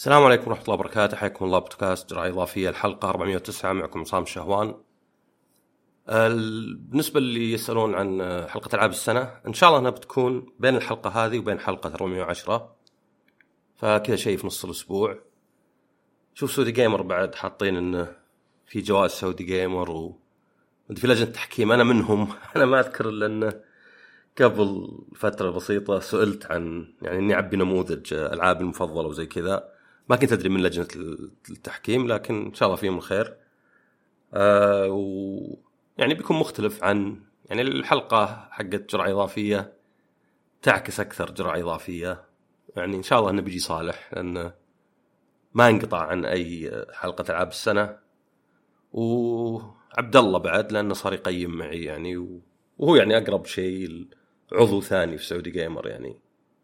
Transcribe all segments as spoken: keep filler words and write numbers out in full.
السلام عليكم ورحمة الله وبركاته. حياكم الله بودكاست جرعة إضافية الحلقة أربعمائة وتسعة. معكم عصام الشهوان. بالنسبة اللي يسألون عن حلقة ألعاب السنة، إن شاء الله أنها بتكون بين الحلقة هذه وبين حلقة أربعمائة وعشرة، فكذا شيء في نص الأسبوع. شوف سعودي جيمر بعد حاطين إنه في جوائز سعودي جيمر و في لجنة تحكيم، أنا منهم. أنا ما أذكر إلا أنه قبل فترة بسيطة سئلت عن يعني إني أعبي نموذج ألعاب المفضلة وزي كذا، ما كنت أدري من لجنة التحكيم، لكن إن شاء الله فيهم الخير. أه ويعني بيكون مختلف عن يعني الحلقة حقت جرعة إضافية، تعكس أكثر جرعة إضافية. يعني إن شاء الله إنه بيجي صالح، لأنه ما انقطع عن أي حلقة ألعاب السنة. وعبد الله بعد لأنه صار يقيم معي يعني، وهو يعني أقرب شيء عضو ثاني في سعودي جيمر يعني،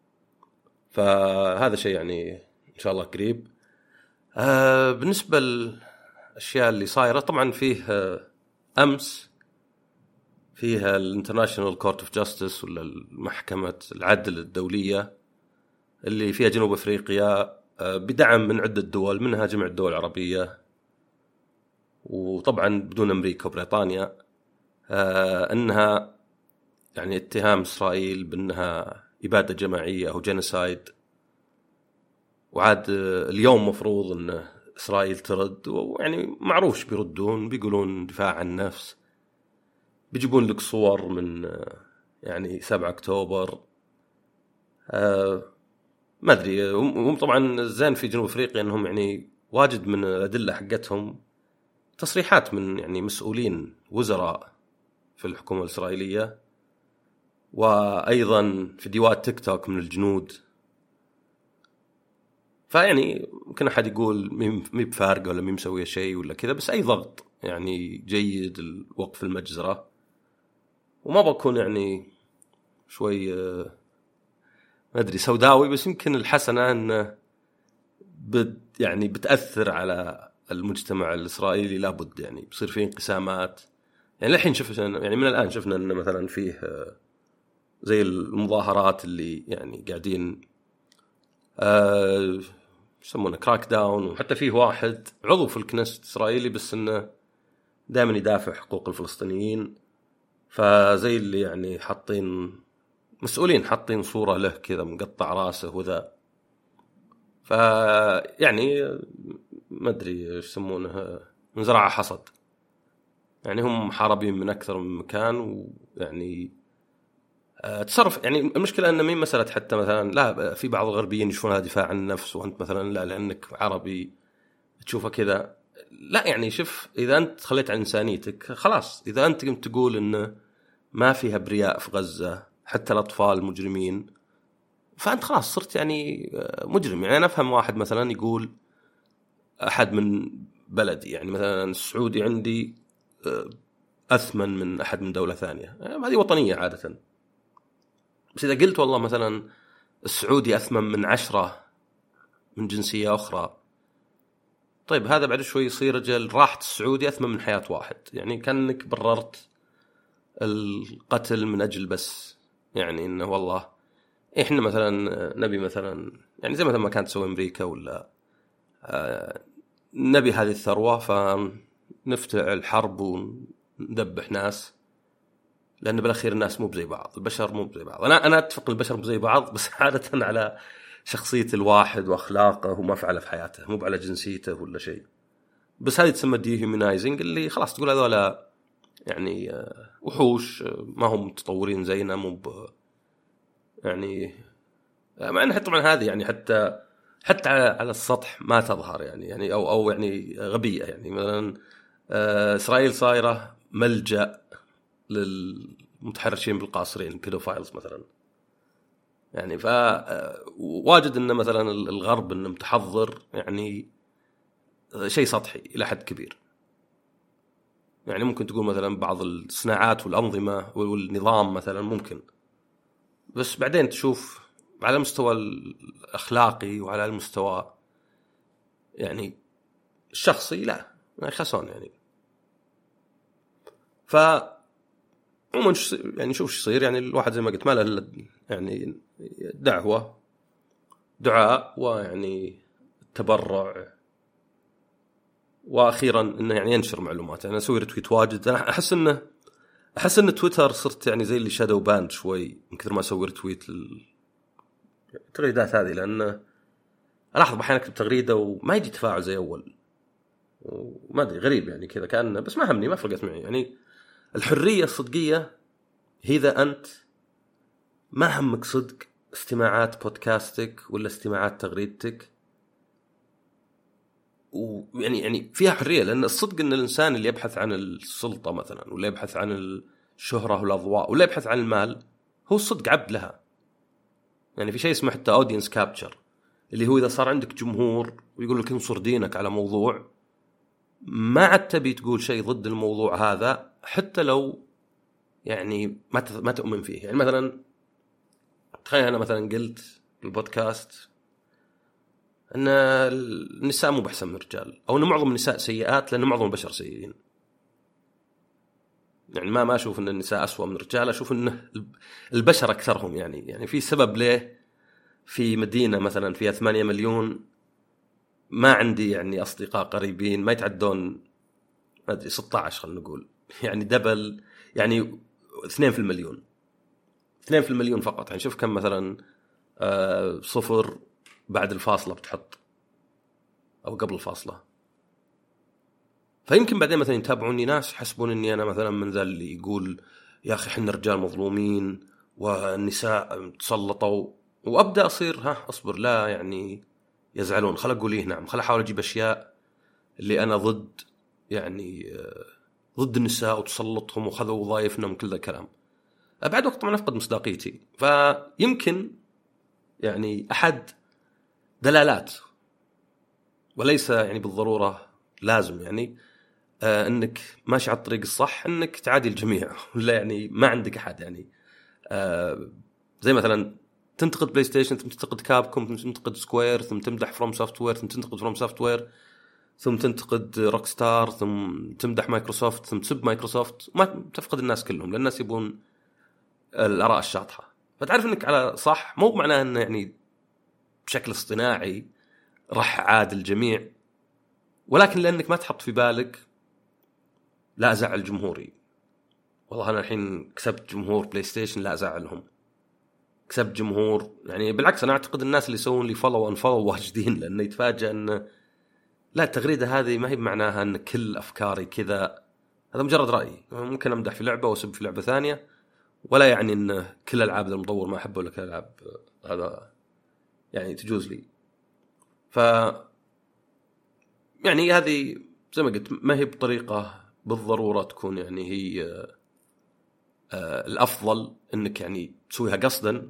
فهذا شيء يعني إن شاء الله قريب. آه بالنسبة للأشياء اللي صايرة، طبعا فيه آه أمس فيها الانترناشنال كورت اوف جاستس ولا المحكمة العدل الدولية اللي فيها جنوب أفريقيا، آه بدعم من عدة دول منها جمع الدول العربية، وطبعا بدون أمريكا وبريطانيا، آه أنها يعني اتهام إسرائيل بأنها إبادة جماعية أو جينوسايد. وعاد اليوم مفروض أن إسرائيل ترد، ويعني معروفش بيردون، بيقولون دفاع عن النفس، بيجيبون لك صور من يعني سبعة أكتوبر. أه ما أدري. هم طبعا زين في جنوب أفريقيا أنهم يعني واجد من الأدلة حقتهم تصريحات من يعني مسؤولين وزراء في الحكومة الإسرائيلية، وأيضا فيديوهات تيك توك من الجنود. فيعني ممكن أحد يقول مي بفارقة ولا مي مسوية شيء ولا كذا، بس أي ضغط يعني جيد الوقف المجزرة. وما بكون يعني شوي ما أدري سوداوي، بس يمكن الحسنة أن بد يعني بتأثر على المجتمع الإسرائيلي، لابد يعني بصير فيه انقسامات. يعني الحين شفنا يعني من الآن شفنا أن مثلا فيه زي المظاهرات اللي يعني قاعدين أه يسمونه كراك داون، وحتى فيه واحد عضو في الكنيست إسرائيلي بس إنه دائما يدافع حقوق الفلسطينيين، فزي اللي يعني حاطين مسؤولين حاطين صورة له كذا مقطع راسه وذا. فيعني ما أدري إيش يسمونه، مزرعة حصد. يعني هم محاربين من أكثر من مكان، ويعني تصرف يعني المشكلة أن مين مسألة حتى مثلا لا في بعض الغربيين يشوفونها دفاع عن النفس، وأنت مثلا لا لأنك عربي تشوفها كذا. لا يعني شوف، إذا أنت خليت عن إنسانيتك خلاص، إذا أنت قمت تقول إنه ما فيها أبرياء في غزة حتى الأطفال مجرمين، فأنت خلاص صرت يعني مجرم. يعني أنا أفهم واحد مثلا يقول أحد من بلدي يعني مثلا السعودي عندي أثمن من أحد من دولة ثانية، هذه وطنية عادة. بس إذا قلت والله مثلا السعودي أثمن من عشرة من جنسية أخرى، طيب هذا بعد شوي يصير رجل راحة السعودي أثمن من حياة واحد. يعني كأنك بررت القتل من أجل بس يعني إنه والله إحنا مثلا نبي مثلا يعني زي مثلا ما كانت تسوي أمريكا ولا آه نبي هذه الثروة فنفتعل حرب وندبح ناس، لأن بالأخير الناس مو بزي بعض، البشر مو بزي بعض. أنا أنا أتفق البشر بزي بعض، بس عادة على شخصية الواحد وأخلاقه وما فعله في حياته، مو على جنسيته ولا شيء. بس هذه تسمى ديهيومنايزنج، اللي خلاص تقول هذولا يعني وحوش ما هم متطورين زينا، مو ب يعني مع أنها طبعا هذه يعني حتى حتى على السطح ما تظهر يعني يعني أو أو يعني غبية. يعني مثلا إسرائيل صايرة ملجأ للمتحرشين بالقاصرين البيدوفايلز مثلا. يعني فواجد إن مثلا الغرب إنه متحضر يعني شيء سطحي إلى حد كبير. يعني ممكن تقول مثلا بعض الصناعات والأنظمة والنظام مثلا ممكن، بس بعدين تشوف على المستوى الأخلاقي وعلى المستوى يعني الشخصي لا خسون يعني. ف عموما يعني شوف ايش يصير. يعني الواحد زي ما قلت ما له يعني دعوة دعاء ويعني تبرع، واخيرا انه يعني ينشر معلومات. انا اسوي ريتويت واجد. انا احس انه احس ان تويتر صرت يعني زي اللي شادو باند شوي من كثر ما اسوي ريتويت للتغريدات هذه، لانه الاحظ احيانا اكتب تغريده وما يجي تفاعل زي اول، وما ادري غريب يعني كذا كان، بس ما همني، ما فرقت معي. يعني الحريه الصدقيه هي اذا انت ما همك صدق استماعات بودكاستك ولا استماعات تغريدتك، ويعني يعني فيها حريه. لان الصدق ان الانسان اللي يبحث عن السلطه مثلا، ولا يبحث عن الشهره والاضواء، ولا يبحث عن المال، هو الصدق عبد لها. يعني في شيء اسمه حتى اودينس كابتشر، اللي هو اذا صار عندك جمهور ويقول لك انصر دينك على موضوع، ما عاد تبي تقول شيء ضد الموضوع هذا حتى لو يعني ما ما تؤمن فيه. يعني مثلا تخيل انا مثلا قلت بالبودكاست ان النساء مو بحسن من الرجال، او ان معظم النساء سيئات لان معظم البشر سيئين. يعني ما ما اشوف ان النساء اسوأ من الرجال، اشوف ان البشر اكثرهم. يعني يعني في سبب ليه في مدينه مثلا فيها ثمانية مليون ما عندي يعني اصدقاء قريبين ما يتعدون ما ادري ستة عشر خلينا نقول، يعني دبل، يعني اثنين في المليون، اثنين في المليون فقط. يعني شوف كم مثلا آه صفر بعد الفاصلة بتحط أو قبل الفاصلة. فيمكن بعدين مثلا يتابعوني ناس يحسبون إني أنا مثلا من ذا اللي يقول يا أخي حنا الرجال مظلومين والنساء تسلطوا، وأبدأ أصير ها أصبر، لا يعني يزعلون، خل أقول إيه نعم، خل أحاول أجيب أشياء اللي أنا ضد، يعني آه ضد النساء وتسلطهم وخذوا وظائفنا من كل ذا الكلام. بعد وقت طبعا أفقد مصداقيتي. فيمكن يعني أحد دلالات، وليس يعني بالضرورة لازم يعني آه انك ماشي على الطريق الصح انك تعادي الجميع ولا يعني ما عندك احد. يعني آه زي مثلا تنتقد بلاي ستيشن، ثم تنتقد كابكوم، ثم تنتقد سكوير، ثم تمدح فروم سوفت وير، ثم تنتقد فروم سوفت وير، ثم تنتقد روك ستار، ثم تمدح مايكروسوفت، ثم تسب مايكروسوفت. ما تفقد الناس كلهم، لان الناس يبون الآراء الشاطحة. فتعرف انك على صح، مو معناه انه يعني بشكل اصطناعي راح عاد الجميع، ولكن لأنك ما تحط في بالك لا أزعل جمهوري، والله أنا الحين كسبت جمهور بلاي ستيشن لا أزعلهم، كسبت جمهور. يعني بالعكس أنا أعتقد الناس اللي يسوون لي فولو وان فولو واجدين، لأنه يتفاجأ أن لا التغريدة هذه ما هي بمعناها أن كل أفكاري كذا، هذا مجرد رأي. ممكن أمدح في لعبة وأسب في لعبة ثانية، ولا يعني أن كل الألعاب المطور ما أحبه، ولا كل الألعاب هذا يعني تجوز لي. ف يعني هذه زي ما قلت ما هي بطريقة بالضرورة تكون يعني هي آه الأفضل إنك يعني تسويها قصدا،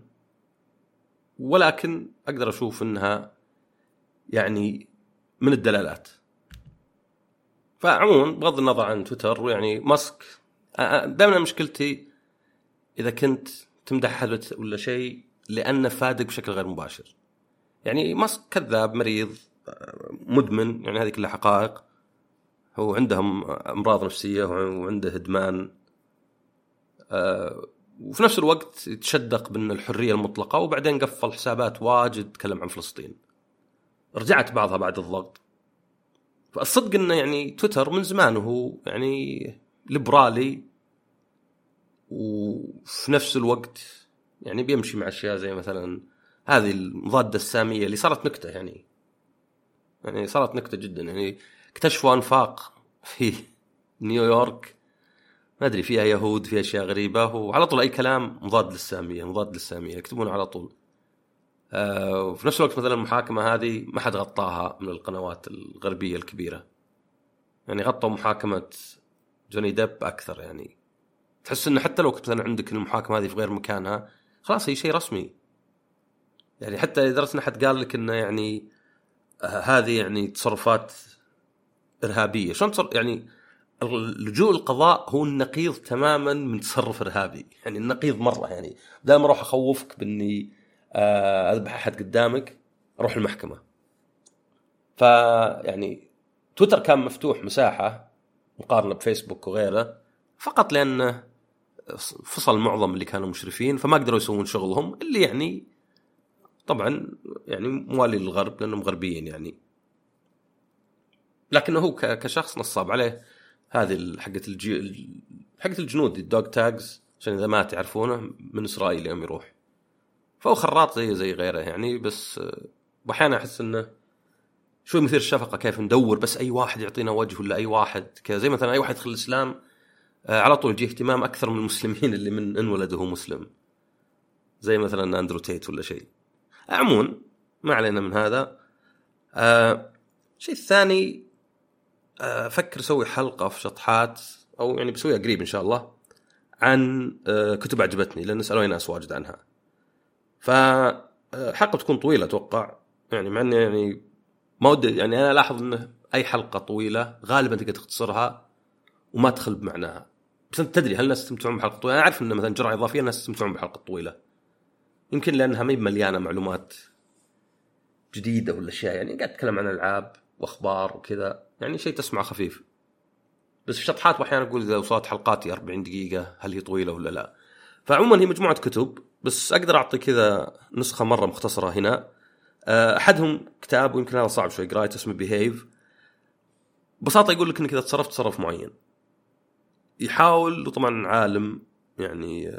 ولكن أقدر أشوف إنها يعني من الدلالات. فعموما بغض النظر عن تويتر، يعني ماسك دائما مشكلتي إذا كنت تمدح حد ولا شيء لأنه فادك بشكل غير مباشر. يعني ماسك كذاب مريض مدمن، يعني هذه كلها حقائق. هو عندهم أمراض نفسية وعنده إدمان، أه وفي نفس الوقت يتشدق بأن الحرية المطلقة، وبعدين قفل حسابات واجد تكلم عن فلسطين، رجعت بعضها بعد الضغط. فالصدق أنه يعني تويتر من زمان وهو يعني ليبرالي، وفي نفس الوقت يعني بيمشي مع أشياء زي مثلا هذه المضادة السامية اللي صارت نكتة، يعني يعني صارت نكتة جدا. يعني اكتشفوا أنفاق في نيويورك ما أدري فيها يهود، فيها أشياء غريبة، وعلى طول أي كلام مضاد للسامية مضاد للسامية يكتبون على طول. آه وفي نفس الوقت مثلا المحاكمة هذه ما حد غطاها من القنوات الغربية الكبيرة، يعني غطوا محاكمة جوني ديب أكثر. يعني تحس إنه حتى لو كنت مثلا عندك المحاكمة هذه في غير مكانها خلاص هي شيء رسمي. يعني حتى إذا رسنا حد قال لك إنه يعني آه هذه يعني تصرفات إرهابية، شلون تصر يعني اللجوء القضاء هو النقيض تماما من تصرف إرهابي، يعني النقيض مرة. يعني دائما أروح أخوفك بإني أذبح أحد قدامك أروح المحكمة. فيعني تويتر كان مفتوح مساحة مقارنة بفيسبوك وغيره، فقط لأنه فصل معظم اللي كانوا مشرفين فما قدروا يسوون شغلهم، اللي يعني طبعا يعني موالي للغرب لأنهم غربيين يعني. لكنه هو كشخص نصاب عليه هذه حقة الجي حقة الجنود الدوغ تاجز عشان إذا ما تعرفونه من إسرائيل يوم يروح، فهو خراط زي زي غيره يعني. بس وأحيانا أحس إنه شوي مثير الشفقة، كيف ندور بس أي واحد يعطينا وجه ولا أي واحد كذا، زي مثلا أي واحد يدخل الإسلام على طول يجي اهتمام أكثر من المسلمين اللي من إن ولده مسلم، زي مثلا أندرو تيت ولا شيء. عموما ما علينا من هذا. آه شيء الثاني، آه فكر سوي حلقة في شطحات أو يعني بسويها قريب إن شاء الله عن آه كتب عجبتني، لأن سألوني ناس واجد عنها. فحلقة تكون طويلة أتوقع يعني، مع إني يعني ما ودي يعني أنا ألاحظ إنه أي حلقة طويلة غالبا تقدر تختصرها وما تدخل بمعناها. بس أنت تدري هل الناس يستمتعون بحلقة طويلة؟ أنا أعرف إن مثلا جرعة إضافية الناس يستمتعون بحلقة طويلة، يمكن لأنها ما هي مليانة معلومات جديدة ولا أشياء، يعني قاعد أتكلم عن ألعاب وأخبار وكذا، يعني شيء تسمعه خفيف. بس في شطحات وأحيانا أقول إذا وصلت حلقاتي أربعين دقيقة هل هي طويلة ولا لا. فعموما هي مجموعة كتب، بس أقدر أعطي كذا نسخة مرة مختصرة هنا. أحدهم كتاب ويمكن هذا صعب شوي قراءته، اسمه بيهيف. ببساطة يقول لك إنك إذا تصرفت تصرف معين يحاول، وطبعا عالم يعني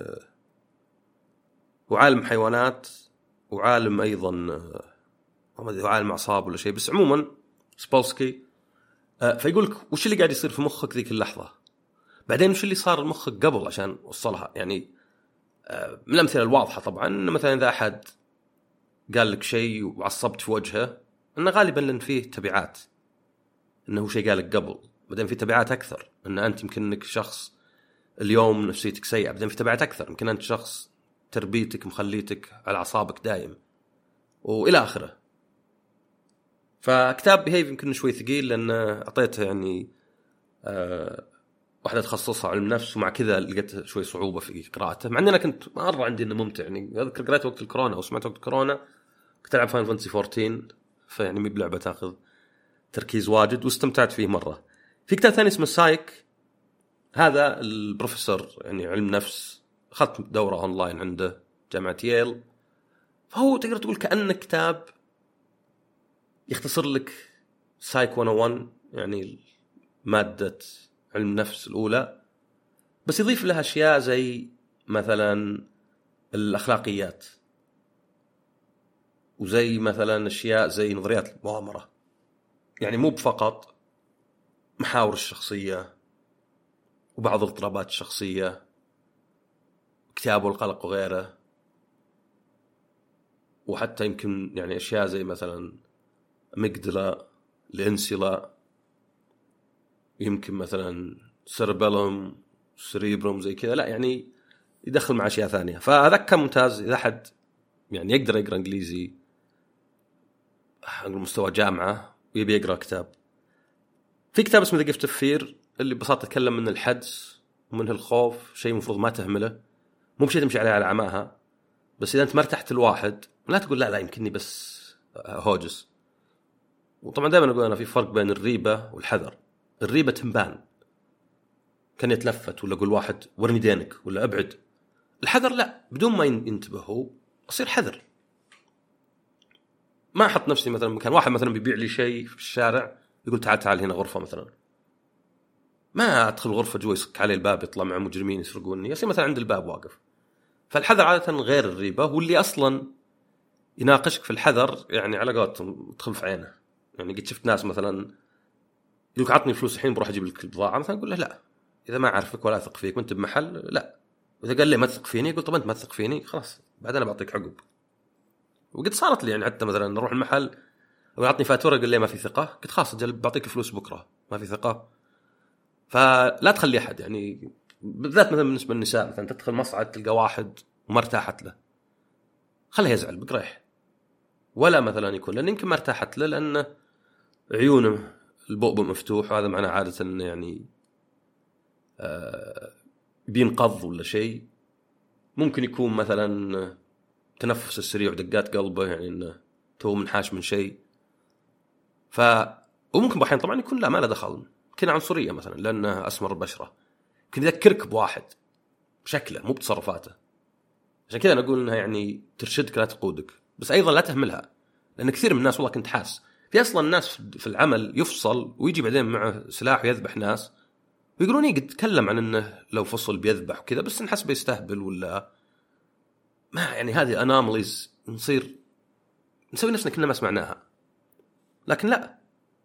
وعالم حيوانات وعالم أيضا ما أدري عالم أعصاب ولا شيء، بس عموما سبولسكي. فيقول لك وش اللي قاعد يصير في مخك ذيك اللحظة، بعدين وش اللي صار مخك قبل عشان وصلها. يعني من الأمثلة الواضحة طبعا إن مثلا إذا أحد قال لك شيء وعصبت في وجهه، إنه غالبا لأن فيه تبعات، إنه شيء قالك قبل، بعدين في تبعات أكثر إن أنت يمكن إنك شخص اليوم نفسيتك سيئة، بعدين في تبعات أكثر يمكن أنت شخص تربيتك مخليتك على أعصابك دائم وإلى آخره. فكتاب بيهيف يمكن شوي ثقيل لأن أعطيته يعني أه واحدة تخصصها علم نفس، ومع كذا لقيت شوي صعوبة في قراءته، مع أني أنا كنت مرة عندي إنه ممتع. يعني أذكر قرأت وقت الكورونا أو سمعت وقت الكورونا كنت ألعب فاين فانتسي فورتين، فيعني مي بلعبة تأخذ تركيز واجد واستمتعت فيه مرة. في كتاب ثاني اسمه سايك، هذا البروفيسور يعني علم نفس، أخذت دورة أونلاين عنده جامعة ييل، فهو تقدر تقول كأنه كتاب يختصر لك سايك مية وواحد يعني مادة علم نفس الأولى، بس يضيف لها أشياء زي مثلا الأخلاقيات، وزي مثلا أشياء زي نظريات المؤامرة، يعني مو بفقط محاور الشخصية وبعض الاضطرابات الشخصية، اكتئاب والقلق وغيره، وحتى يمكن يعني أشياء زي مثلا مجدلة الانسلا، يمكن مثلا سيربيلوم سريبروم زي كذا، لا يعني يدخل مع أشياء ثانية. فهذا كان ممتاز إذا حد يعني يقدر يقرأ إنجليزي على مستوى جامعة ويبي يقرأ كتاب. في كتاب اسمه The Gift of Fear اللي ببساطة يتكلم من الحدس ومن الخوف، شيء مفروض ما تهمله، مو بشيء تمشي عليه على عماها، بس إذا أنت ما ارتحت الواحد لا تقول لا لا يمكنني بس هوجس. وطبعا دائما أقول أنا في فرق بين الريبة والحذر. الريبة تنبان كان يتلفت ولا أقول واحد ورني دينك ولا أبعد. الحذر لا، بدون ما ينتبهوا أصير حذر. ما أحط نفسي مثلا مكان واحد مثلا بيبيع لي شيء في الشارع يقول تعال تعال هنا غرفة مثلا، ما أدخل غرفة جوا يسك علي الباب يطلع مع مجرمين يسرقوني، يصير مثلا عند الباب واقف. فالحذر عادة غير الريبة، واللي أصلا يناقشك في الحذر يعني على قولتهم تدخل في عينه. يعني قد شفت ناس مثلا يقولك عطني فلوس الحين بروح أجيب لك البضاعة، مثلا أقول له لا، إذا ما أعرفك ولا أثق فيك وأنت بمحل لا. وإذا قال لي ما تثق فيني قلت طب أنت ما تثق فيني خلاص بعد أنا بعطيك عقب. وقد صارت لي يعني حتى مثلا نروح المحل ويعطني فاتورة قال لي ما في ثقة، قلت خلاص أجل بعطيك فلوس بكرة ما في ثقة. فلا تخلي أحد يعني بالذات مثلا بالنسبة للنساء مثلا تدخل مصعد تلقى واحد وما ارتاحت له خليه يزعل بقريح، ولا مثلا يكون لأن يمكن ما ارتاحت له لأن عيونه البؤبؤ مفتوح، وهذا معناه عادة إنه يعني آه بينقض ولا شيء. ممكن يكون مثلا تنفس السريع ودقات قلبه يعني إنه تو منحاش من شيء. ف وممكن بحين طبعا يكون لا ما له دخل، يمكن عنصرية مثلا لأنه أسمر البشرة، يمكن يذكرك بواحد بشكله مو بتصرفاته. عشان كذا أنا أقول إنها يعني ترشدك لا تقودك، بس أيضا لا تهملها، لأن كثير من الناس والله كنت حاس في اصلا ناس في العمل يفصل ويجي بعدين معه سلاح ويذبح ناس ويقولون يقدر يتكلم عن انه لو فصل بيذبح وكذا، بس نحسبه يستهبل ولا ما يعني هذه اناماليز نصير نسوي نفسنا كنا ما سمعناها. لكن لا،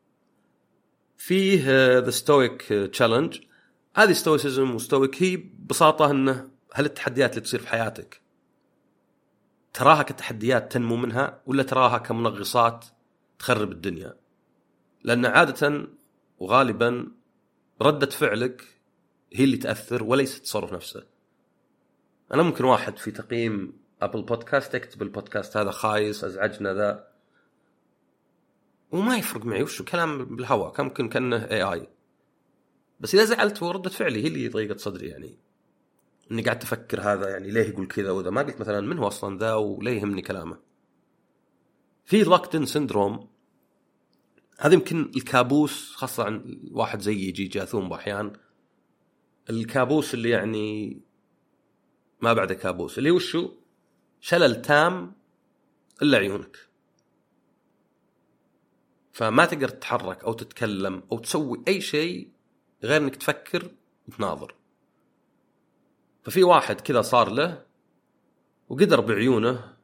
فيه ذا ستويك تشالنج. هذه ستويسيزم وستويك هي ببساطة انه هل التحديات اللي تصير في حياتك تراها كتحديات تنمو منها ولا تراها كمنغصات تخرب الدنيا؟ لأن عادة وغالبا ردة فعلك هي اللي تأثر وليس التصرف نفسه. أنا ممكن واحد في تقييم أبل بودكاست يكتب البودكاست هذا خايس أزعجنا ذا وما يفرق معي وشو كلام بالهواء، كان ممكن كأنه إيه آي، بس إذا زعلت وردة فعلي هي اللي ضيقت صدري، يعني إني قاعد تفكر هذا يعني ليه يقول كذا وذا، ما قلت مثلا من هو أصلا ذا وليه يهمني كلامه. في لوكدن سيندروم، هذا يمكن الكابوس خاصة عن واحد زي يجي جاثوم بأحيان، الكابوس اللي يعني ما بعد كابوس، اللي وشو شلل تام إلا عيونك، فما تقدر تتحرك أو تتكلم أو تسوي أي شيء غير أنك تفكر وتناظر. ففي واحد كذا صار له وقدر بعيونه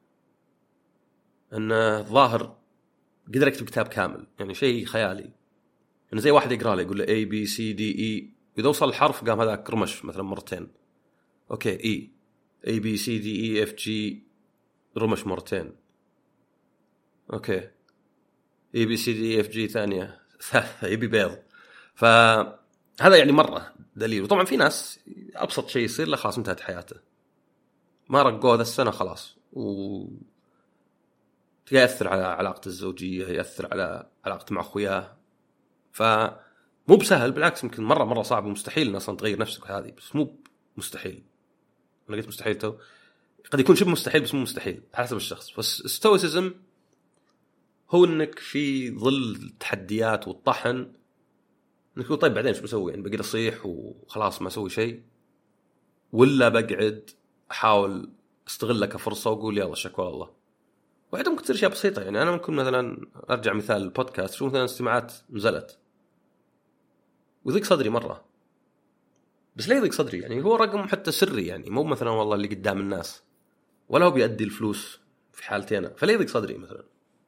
أنه ظاهر قدر يكتب كتاب كامل، يعني شيء خيالي، يعني زي واحد يقرأ له يقول له A B C D E، إذا وصل الحرف قام هذاك رمش مثلا مرتين، أوكي E A B C D E F G رمش مرتين، أوكي A B C D E F G ثانية يبي بيض. فهذا يعني مرة دليل. وطبعا في ناس أبسط شيء يصير له خلاص انتهت حياته، ما رقوا هذا السنة خلاص، و يأثر على علاقته الزوجية، يأثر على علاقته مع أخوياه. فمو بسهل، بالعكس يمكن مرة مرة صعب ومستحيل إن أصلا تغير نفسك هذه، بس مو مستحيل. أنا قلت مستحيل تو، قد يكون شبه مستحيل بس مو مستحيل حسب الشخص. بس ستويسيزم هو إنك في ظل التحديات والطحن إنك تقول طيب بعدين شو بسوي، يعني بقدر أصيح وخلاص ما أسوي شيء، ولا بقعد أحاول استغلها كفرصة وأقول يلا شكوى الله. وعندهم كثير أشياء بسيطة، يعني أنا ممكن مثلا أرجع مثال البودكاست، شو مثلا استماعات نزلت ويضيق صدري مرة، بس ليه يضيق صدري؟ يعني هو رقم حتى سري، يعني مو مثلا والله اللي قدام الناس، ولا هو بيأدي الفلوس في حالتي أنا، فليه يضيق صدري مثلا؟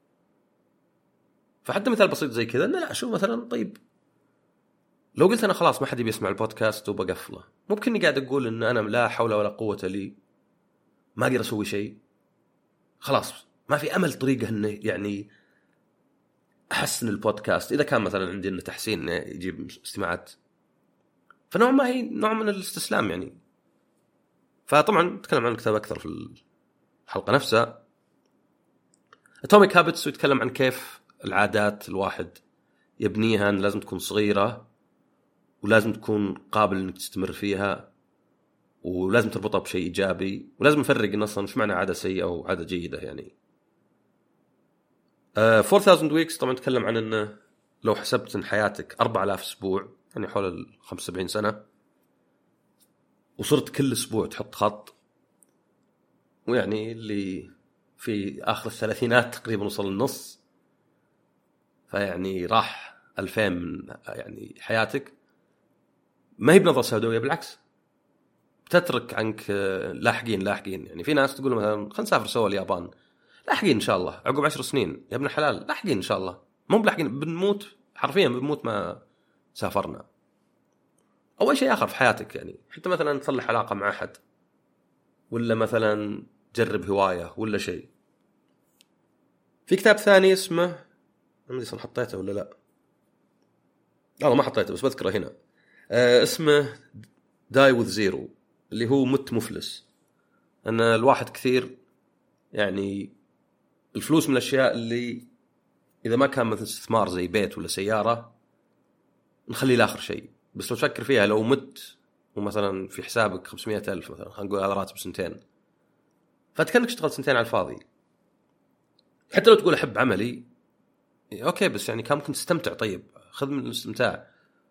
فحتى مثال بسيط زي كذا، إنه لا شو مثلا طيب لو قلت أنا خلاص ما حد بيسمع البودكاست وبقفله، ممكن إني قاعد أقول إن أنا لا حول ولا قوة لي، ما أقدر أسوي شيء، خلاص ما في أمل طريقة إنه يعني أحسن البودكاست. إذا كان مثلا عندي إنه تحسين إنه يجيب استماعات، فنوع ما هي نوع من الاستسلام يعني. فطبعا نتكلم عن الكتاب أكثر في الحلقة نفسها. Atomic Habits يتكلم عن كيف العادات الواحد يبنيها لازم تكون صغيرة ولازم تكون قابل إنك تستمر فيها، ولازم تربطها بشيء إيجابي، ولازم نفرق إن أصلا مش معنى عادة سيئة أو عادة جيدة يعني. four thousand weeks طبعا نتكلم عن إنه لو حسبت إن حياتك أربعة آلاف أسبوع، يعني حول ال خمسة وسبعين سنة، وصرت كل أسبوع تحط خط، ويعني اللي في آخر الثلاثينات تقريبا وصل النص، فيعني راح ألفين من يعني حياتك. ما هي بنظرة سوداوية، بالعكس بتترك عنك لاحقين لاحقين. يعني في ناس تقول مثلا خلينا نسافر سوا اليابان، لاحقين إن شاء الله عقب عشر سنين يا ابن الحلال، لاحقين إن شاء الله، مو بلاحقين بنموت حرفيا، بنموت ما سافرنا. أول شيء آخر في حياتك، يعني حتى مثلا تصلح علاقة مع أحد، ولا مثلا جرب هواية ولا شيء. في كتاب ثاني اسمه، ما أدري حطيته ولا لا، لا ما حطيته بس بذكره هنا، أه اسمه Die with Zero، اللي هو مت مفلس. أن الواحد كثير يعني الفلوس من الأشياء اللي إذا ما كان مثل استثمار زي بيت ولا سيارة نخليه لآخر شيء، بس لو تفكر فيها لو مت ومثلا في حسابك خمسمائة ألف مثلا، خلينا نقول هذا راتب سنتين، فتكنك اشتغلت سنتين على الفاضي. حتى لو تقول أحب عملي أوكي، بس يعني كان ممكن تستمتع، طيب خذ من الاستمتاع،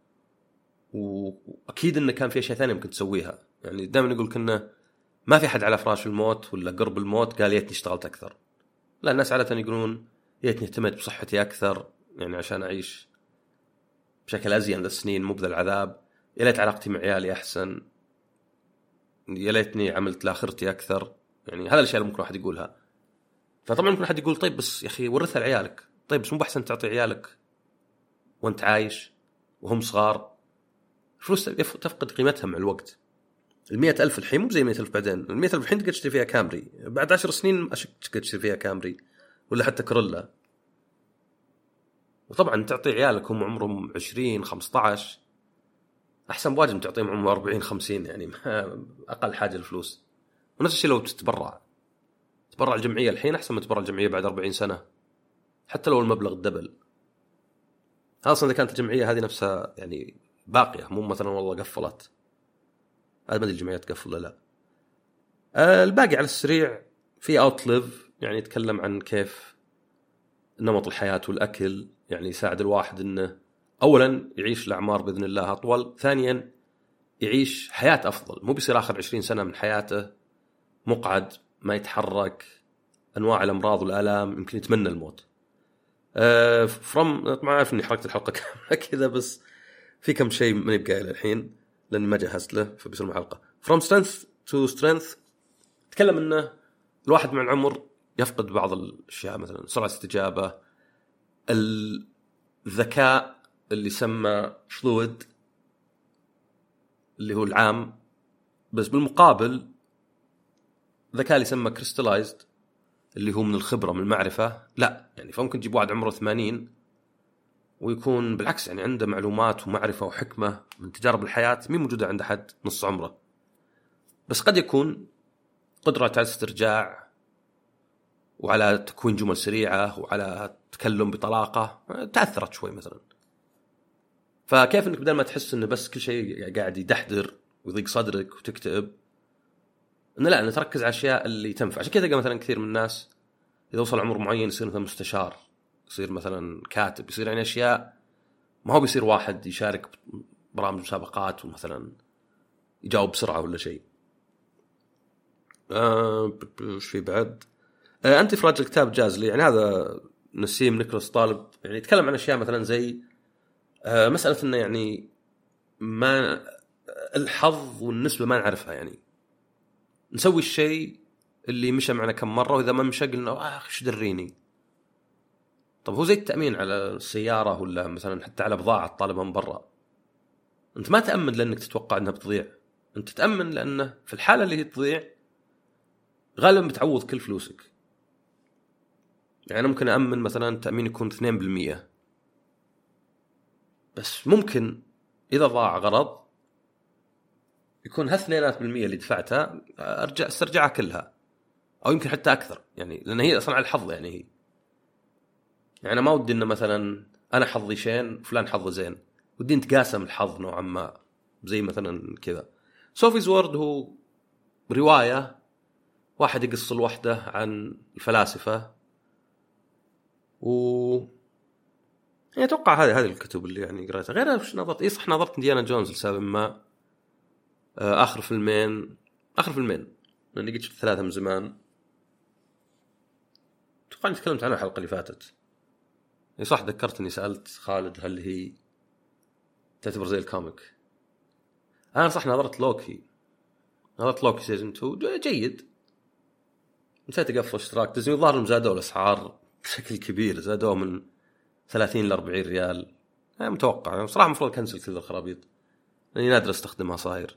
وأكيد إنه كان في أشياء ثانية ممكن تسويها. يعني دائما نقول كنا ما في حد على فراش الموت ولا قرب الموت قال يتني اشتغلت أكثر، لا الناس عادة يقولون يتني اهتميت بصحتي أكثر يعني عشان أعيش بشكل أزين ذا السنين مو بذا العذاب. يا ليت علاقتي مع عيالي أحسن، يا ليتني عملت لآخرتي أكثر. يعني هذا الشيء اللي ممكن واحد يقولها. فطبعا ممكن أحد يقول طيب بس يا أخي ورثها لعيالك، طيب بس مو بحسن تعطي عيالك وأنت عايش وهم صغار؟ فلوس تفقد قيمتها مع الوقت. المئة ألف الحين مو زي مئة ألف بعدين. المئة ألف الحين تقدر تشتري فيها كامري، بعد عشر سنين أشك تقدر تشتري فيها كامري ولا حتى كرولا. وطبعا تعطي عيالك هم عمرهم عشرين خمسة عشر أحسن بواجد تعطيهم عمرهم أربعين خمسين، يعني أقل حاجة الفلوس. ونفس الشيء لو تتبرع تبرع الجمعية الحين أحسن من تبرع الجمعية بعد أربعين سنة، حتى لو المبلغ الدبل. أصلا إذا كانت الجمعية هذه نفسها يعني باقية، مو مثلا والله قفلت، هذا ما أدري الجمعيات تقفل ولا لا. آه الباقي على السريع في أوتليف، يعني يتكلم عن كيف نمط الحياة والأكل يعني يساعد الواحد إنه أولا يعيش الأعمار بإذن الله أطول، ثانيا يعيش حياة أفضل، مو بيصير آخر عشرين سنة من حياته مقعد ما يتحرك، أنواع الأمراض والآلام، يمكن يتمنى الموت. أه فروم ما أعرف إني حركت الحلقة كذا، بس في كم شيء من يبقى إلى الحين لأني ما جهزت له فبيصير محلقة. From strength to strength تكلم إنه الواحد مع العمر يفقد بعض الأشياء، مثلا سرعة استجابة، الذكاء اللي سمى فلويد اللي هو العام، بس بالمقابل ذكاء اللي سمى كريستالايزد اللي هو من الخبرة من المعرفة لا. يعني فممكن تجيب واحد عمره ثمانين ويكون بالعكس يعني عنده معلومات ومعرفة وحكمة من تجارب الحياة مين موجودة عند أحد نص عمره، بس قد يكون قدرة على استرجاع وعلى تكوين جمل سريعة وعلى تكلم بطلاقة تأثرت شوي مثلا. فكيف انك بدل ما تحس انه بس كل شيء قاعد يدحدر ويضيق صدرك وتكتئب، انه لا، انه تركز على الاشياء اللي تنفع. عشان كذا مثلا كثير من الناس اذا وصل عمر معين يصير مثلا مستشار، يصير مثلا كاتب، يصير يعني اشياء ما هو بيصير واحد يشارك برامج مسابقات ومثلا يجاوب بسرعة ولا شيء. آه وش في بعد؟ آه أنت في راجل كتاب جازلي، يعني هذا نسيم نيكولاس طالب، يعني يتكلم عن أشياء مثلا زي آه مسألة إنه يعني ما الحظ والنسبة ما نعرفها، يعني نسوي الشيء اللي مشى معنا كم مرة وإذا ما مشى قلنا آه إيش دريني. طب هو زي التأمين على السيارة ولا مثلا حتى على بضاعة طالبها من برا، أنت ما تأمن لأنك تتوقع أنها بتضيع، أنت تأمن لأنه في الحالة اللي هي تضيع غالبا بتعوض كل فلوسك. يعني أنا ممكن أأمن مثلا تأمين يكون اثنين بالمية، بس ممكن إذا ضاع غرض يكون هالثنينات بالمية اللي دفعتها أرجع استرجعها كلها، أو يمكن حتى أكثر، يعني لأن هي أصلا على الحظ. يعني هي يعني أنا ما ودي إنه مثلا أنا حظي شين فلان حظه زين، ودي نتقاسم الحظ نوعا ما زي مثلا كذا. سوفيز وورد هو رواية واحد يقص الوحدة عن الفلاسفة، و يعني أتوقع هذه هذه الكتب اللي يعني قرأتها. غيرها وش نظرت؟ إيه صح، نظرت إنديانا جونز لسبب ما، آخر فيلمين آخر فيلمين لأني قلت ثلاثة من زمان، أتوقع أني تكلمت عنها الحلقة اللي فاتت. يعني صح ذكرتني سألت خالد هل هي تعتبر زي الكوميك. أنا صح نظرت لوكي نظرت لوكي سيزن اثنين جيد، نسيت أقفل اشتراك ديزني، الظاهر إنهم زادوا الأسعار بشكل كبير، زادوه من ثلاثين إلى أربعين ريال. أنا متوقع يعني صراحة مفروض كنسل كذا الخرابيط لأني نادر استخدمها صاير.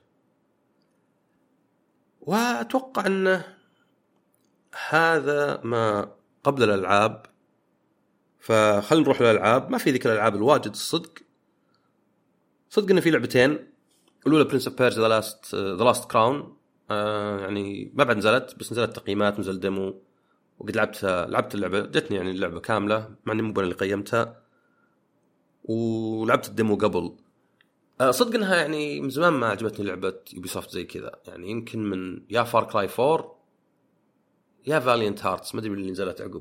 وأتوقع أنه هذا ما قبل الألعاب، فخلنا نروح للألعاب. ما في ذيك الألعاب الواجد الصدق صدق إن في لعبتين، الأولى برنس أوف بيرسيا ذا لاست ذا لاست كراون، يعني ما بعد نزلت بس نزلت تقييمات، نزل ديمو وقد لعبت لعبت اللعبة، جتني يعني اللعبة كاملة مع إني مو بأنا اللي قيمتها، ولعبت الديمو قبل. صدق إنها يعني من زمان ما عجبتني لعبة يوبيسوفت زي كذا، يعني يمكن من يا فار كراي فور يا فاليانت هارتس، ما أدري من اللي نزلت عقب،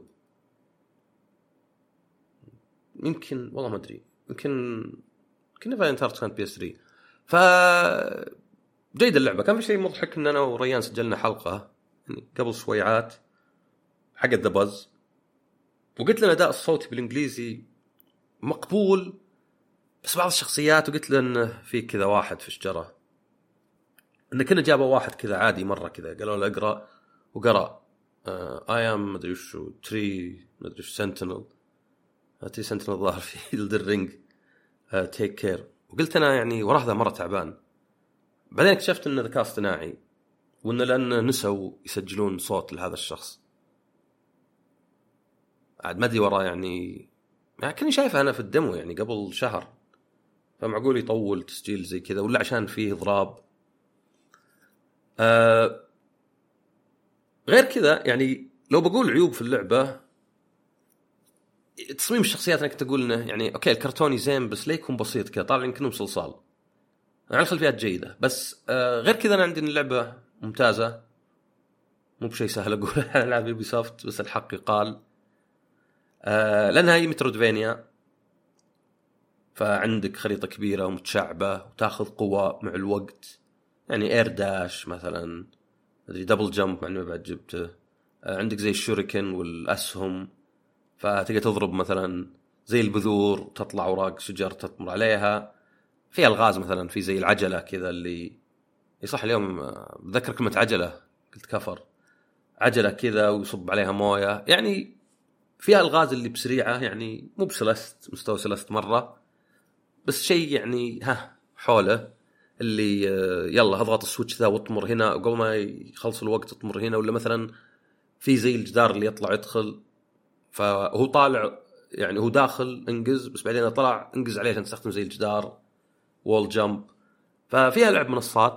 يمكن والله ما أدري، يمكن كنا فاليانت هارتس كانت بي اس ثري. ف جيد اللعبة. كان في شيء مضحك إن أنا وريان سجلنا حلقة يعني قبل شويعات حق ذا باز، وقلت له الاداء الصوتي بالانجليزي مقبول بس بعض الشخصيات، وقلت له انه في كذا واحد في الشجره انه كنا جابوا واحد كذا عادي مره كذا قالوا له اقرا وقرا اي ام ما ادري وشو تري ما ادري سنتينل تي سنتينل الظاهر في الدرينج تيك كير. وقلت انا يعني وراه ذا مره تعبان. بعدين اكتشفت انه ذكاء اصطناعي وانه لان نسوا يسجلون صوت لهذا الشخص. عاد ما ادري وراه يعني يعني كني شايفه انا في الدمو يعني قبل شهر، فمعقول يطول تسجيل زي كذا ولا عشان فيه اضراب. آه غير كذا يعني لو بقول عيوب في اللعبه، تصميم الشخصيات انا كنت اقول انه يعني اوكي الكرتوني زين بس ليه يكون بسيط كذا طالع كأنه صلصال. على الخلفيات جيده بس آه غير كذا انا عندي اللعبه ممتازه، مو بشيء سهل اقول على لعبه يوبي سوفت بس الحق يقال. آه لانها هي مترودفينيا، فعندك خريطه كبيره ومتشعبه وتاخذ قوه مع الوقت، يعني اير داش مثلا ادري دبل جمب مع انه بعد جبته. آه عندك زي الشوريكن والاسهم، فتقدر تضرب مثلا زي البذور تطلع اوراق شجر تطمر عليها. في الغاز مثلا في زي العجله كذا اللي يصح اليوم بذكر كلمه عجله قلت كفر، عجله كذا ويصب عليها مويه. يعني فيها الغاز اللي بسريعه، يعني مو بسلست مستوى سلست مره بس شيء يعني ها حوله اللي يلا اضغط السويتش ذا واطمر هنا قبل ما يخلص الوقت اطمر هنا. ولا مثلا في زي الجدار اللي يطلع يدخل فهو طالع يعني هو داخل انقز بس بعدين طلع انقز عليه عشان تستخدم زي الجدار وول جامب. ففيها لعب منصات،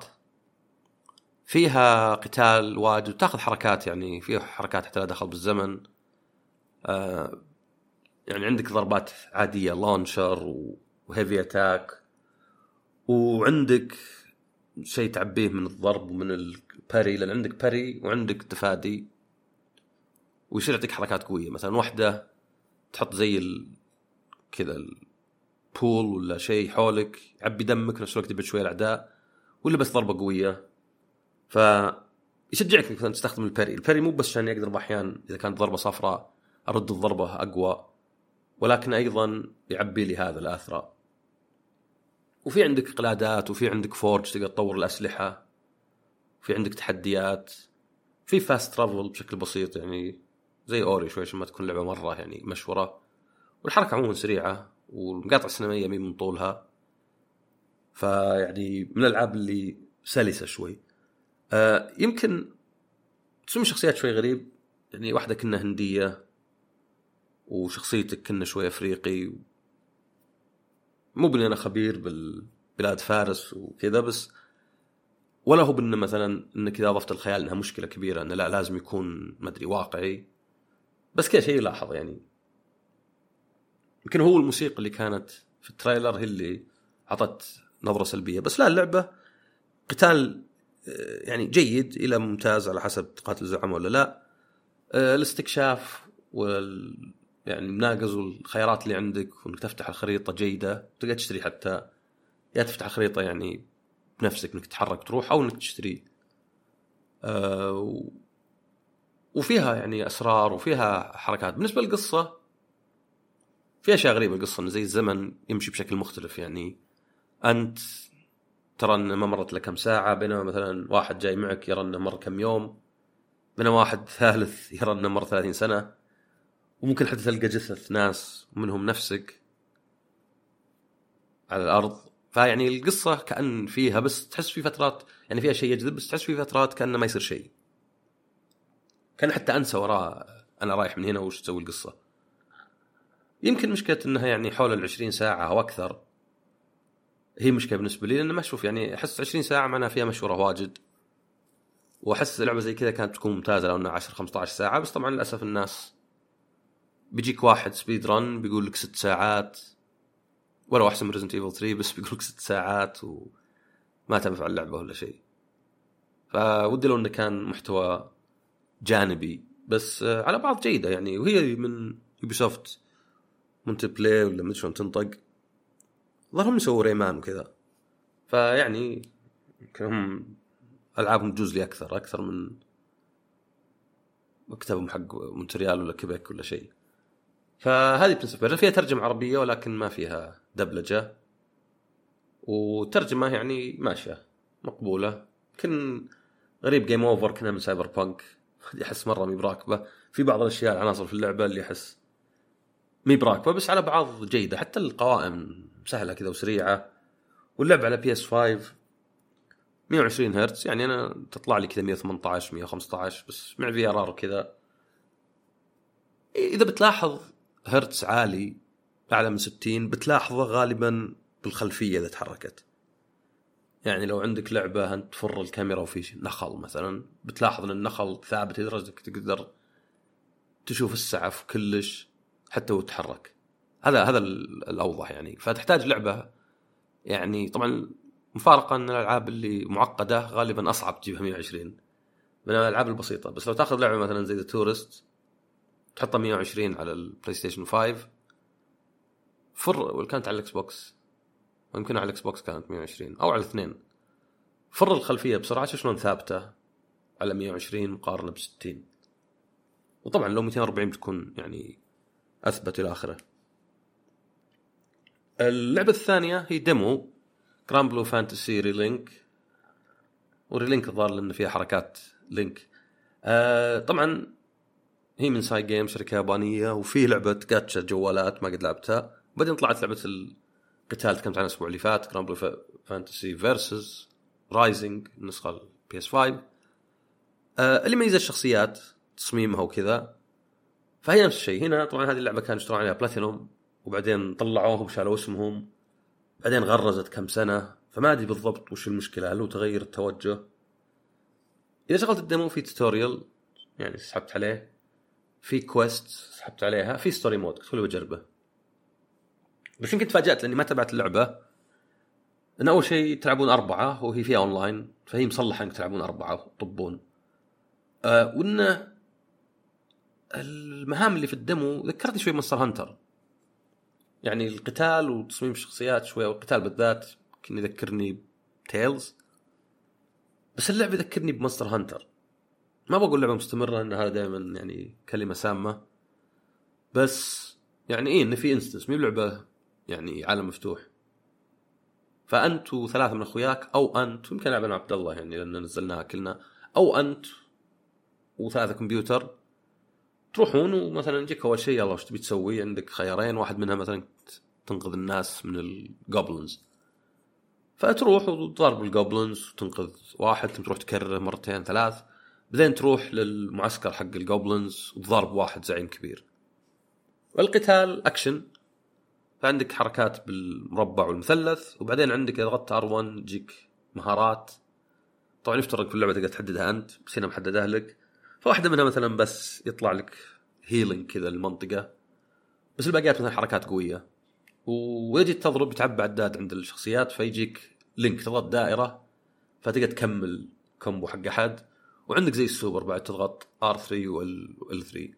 فيها قتال واجد وتاخذ حركات، يعني فيها حركات حتى لا دخل بالزمن. آه يعني عندك ضربات عادية لانشر وهيفي اتاك، وعندك شيء تعبيه من الضرب ومن الباري لأن عندك باري وعندك تفادي، ويصير يعطيك حركات قوية. مثلا واحدة تحط زي ال... كذا البول ولا شيء حولك يعبي دمك نفس الوقت يبعد شوية الأعداء، ولا بس ضربة قوية فيشجعك مثلا تستخدم الباري. الباري مو بس عشان يقدر بأحيان إذا كانت ضربة صفراء أرد الضربة أقوى، ولكن أيضا يعبي لي هذا الأثرى. وفي عندك قلادات وفي عندك فورج تقدر تطور الأسلحة، في عندك تحديات، في فاست ترافل بشكل بسيط يعني زي أوري شوي عشان ما تكون لعبة مرة يعني مشورة. والحركة عموما سريعة والمقاطع السينمائية مين من طولها، فيعني من الألعاب اللي سلسة شوي. آه يمكن تسمي شخصيات شوي غريب، يعني واحدة كنا هندية وشخصيتك كنا شوي أفريقي. مو بني أنا خبير بالبلاد فارس وكذا بس، ولا هو بأن مثلا إنك إذا أضفت الخيال إنها مشكلة كبيرة إنه لا لازم يكون مدري واقعي، بس كذا شيء يلاحظ. يعني يمكن هو الموسيقى اللي كانت في التريلر هي اللي عطت نظرة سلبية، بس لا اللعبة قتال يعني جيد إلى ممتاز على حسب تقاتل الزعماء ولا لا. الاستكشاف وال يعني مناقز والخيارات اللي عندك وانك تفتح الخريطة جيدة، تقدر تشتري حتى يا تفتح الخريطة يعني بنفسك انك تتحرك تروح او انك تشتري. أه وفيها يعني اسرار وفيها حركات. بالنسبة للقصة في اشياء غريبة القصة انه زي الزمن يمشي بشكل مختلف، يعني انت ترى انه ما مرت لك كم ساعة، بينما مثلا واحد جاي معك يرى انه مر كم يوم، بينما واحد ثالث يرى انه مر ثلاثين سنة. وممكن حتى تلقى جثث ناس منهم نفسك على الأرض. فيعني القصة كأن فيها بس تحس في فترات يعني فيها شيء يجذب، بس تحس في فترات كأنه ما يصير شيء، كان حتى أنسى وراء أنا رايح من هنا وش تسوي القصة. يمكن مشكلة أنها يعني حول العشرين ساعة أو أكثر هي مشكلة بالنسبة لي، لأنه ما أشوف يعني أحس عشرين ساعة معناها فيها مشورة واجد، وأحس لعبة زي كذا كانت تكون ممتازة لو أنها عشر خمسة عشر ساعة. بس طبعا للأسف الناس بيجيك واحد سبيد رن بيقول لك ست ساعات، ولو أحسن من ريزنت ايفل ثري بس بيقول لك ست ساعات وما تنفع اللعبة ولا شيء. فودي لو أنه كان محتوى جانبي بس على بعض جيدة يعني. وهي من يوبي سوفت مونتي بلاي ولا مدري شلون تنطق، ظهرهم يسووا ريمان وكذا، فيعني هم ألعابهم تجوز لي أكثر أكثر من مكتبهم حق مونتريال ولا كيبك ولا شيء. فهذه بالنسبه فيها ترجمه عربيه ولكن ما فيها دبلجه، وترجمه يعني ماشيه مقبوله. كن غريب جيم اوفر كنا من سايبر بانك يحس مره مي براكبه في بعض الاشياء العناصر في اللعبه اللي يحس مي براكبه، بس على بعض جيده. حتى القوائم سهله كذا وسريعه، واللعبه على بي اس خمسة مية وعشرين هرتز، يعني انا تطلع لي كذا مية وثمانية عشر مية وخمسة عشر بس مع في ار ار كذا. اذا بتلاحظ هرتز عالي اعلى من ستين بتلاحظه غالبا بالخلفيه اذا تحركت. يعني لو عندك لعبه انت تفر الكاميرا وفي نخل مثلا بتلاحظ ان النخل ثابت لدرجه انك تقدر تشوف السعف كلش حتى وتتحرك. هذا هذا الاوضح يعني. فتحتاج لعبه يعني طبعا مفارقه ان الالعاب اللي معقده غالبا اصعب تجيبها مية وعشرين من الالعاب البسيطه. بس لو تاخذ لعبه مثلا زي ذا تورست تحطها مية وعشرين على البلاي ستيشن خمسة فر، ولا كانت على الاكس بوكس، ممكن على الاكس بوكس كانت مية وعشرين او على الاثنين، فر الخلفيه بسرعه شلون ثابته على مية وعشرين مقارنه ب ستين. وطبعا لو مئتين وأربعين بتكون يعني اثبت الى اخره. اللعبه الثانيه هي ديمو جرامبلو فانتسي ريلينك، وريلينك الظاهر لان فيها حركات لينك. آه طبعا هي من ساي جيم، شركه يابانيه، وفيه لعبه جاتشا جوالات ما قد لعبتها. بعدين طلعت لعبه القتال تكلمت عنها الاسبوع اللي فات، جرامبلو فانتسي فيرسز رايزنج النسخه البي اس خمسة. آه اللي ميزه الشخصيات تصميمها وكذا، فهي نفس الشيء هنا. طبعا هذه اللعبه كانوا اشتروا عليها بلاتينوم وبعدين طلعوهم شالوا اسمهم، بعدين غرزت كم سنه، فما ادري بالضبط وش المشكله، هل هو تغير التوجه. اذا شغلت الديمو في توتوريال يعني سحبت عليه، في كويست سحبت عليها، في ستوري مود كنت بجربه. بس يمكن تفاجأت لاني ما تابعت اللعبه ان اول شيء تلعبون اربعه وهي فيها اونلاين، فهي مصلحه انك تلعبون اربعه طبون. أه وان المهام اللي في الديمو ذكرتني شوي مونستر هانتر، يعني القتال وتصميم الشخصيات شوي، والقتال بالذات كان يذكرني بتيلز، بس اللعبه ذكرني بمونستر هانتر. ما بقول لعبه مستمره ان هذا دائما يعني كلمه سامه، بس يعني ايه ان في انستنس مي لعبه يعني عالم مفتوح. فانت وثلاثه من اخوياك او انت يمكن لعبنا عبد الله يعني لان نزلناها كلنا، او انت وثلاثه كمبيوتر تروحون ومثلا يجيك اول شيء يلا وش تبي تسوي، عندك خيارين، واحد منها مثلا تنقذ الناس من الجوبلنز، فتروح وتضرب الجوبلنز وتنقذ واحد، تروح تكرر مرتين ثلاث، بعدين تروح للمعسكر حق الجوبلنز وتضرب واحد زعيم كبير. والقتال اكشن، فعندك حركات بالمربع والمثلث، وبعدين عندك اذا ضغطت ار واحد تجيك مهارات. طبعا يفترض في اللعبه تقدر تحددها انت، بس هنا محددها لك. فواحده منها مثلا بس يطلع لك هيلينج كذا المنطقه، بس الباقيات مثلا حركات قويه. ويجي تضرب تعبى عداد عند الشخصيات، فيجيك لينك تضغط دائره فتقدر تكمل كومبو حق احد. وعندك زي السوبر بعد تضغط ار ثري وال ثري.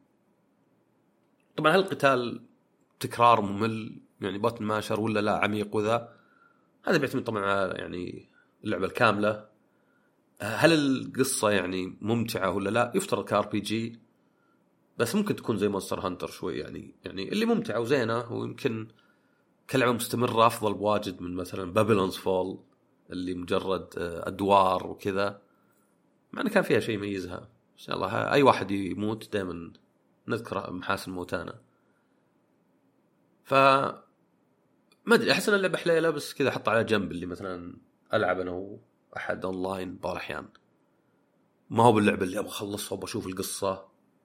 طبعا هل القتال تكرار ممل يعني بطن ماشر ولا لا عميق؟ وذا هذا بيعتمد طبعا على يعني اللعبه الكامله. هل القصه يعني ممتعه ولا لا؟ يفترض كار بي جي، بس ممكن تكون زي مونستر هانتر شوي يعني يعني اللي ممتعه وزينه، ويمكن كلعبه مستمره افضل بواجد من مثلا بابلونز فول اللي مجرد ادوار وكذا، مع انه كان فيها شيء يميزها. ان شاء الله اي واحد يموت دائما نذكر محاسن موتانا. ف ما ادري احس ان اللعبه حليله، بس كذا احط على جنب اللي مثلا العب انا واحد اونلاين بعض الاحيان، ما هو باللعبه اللي ابغى اخلصها وبشوف القصه.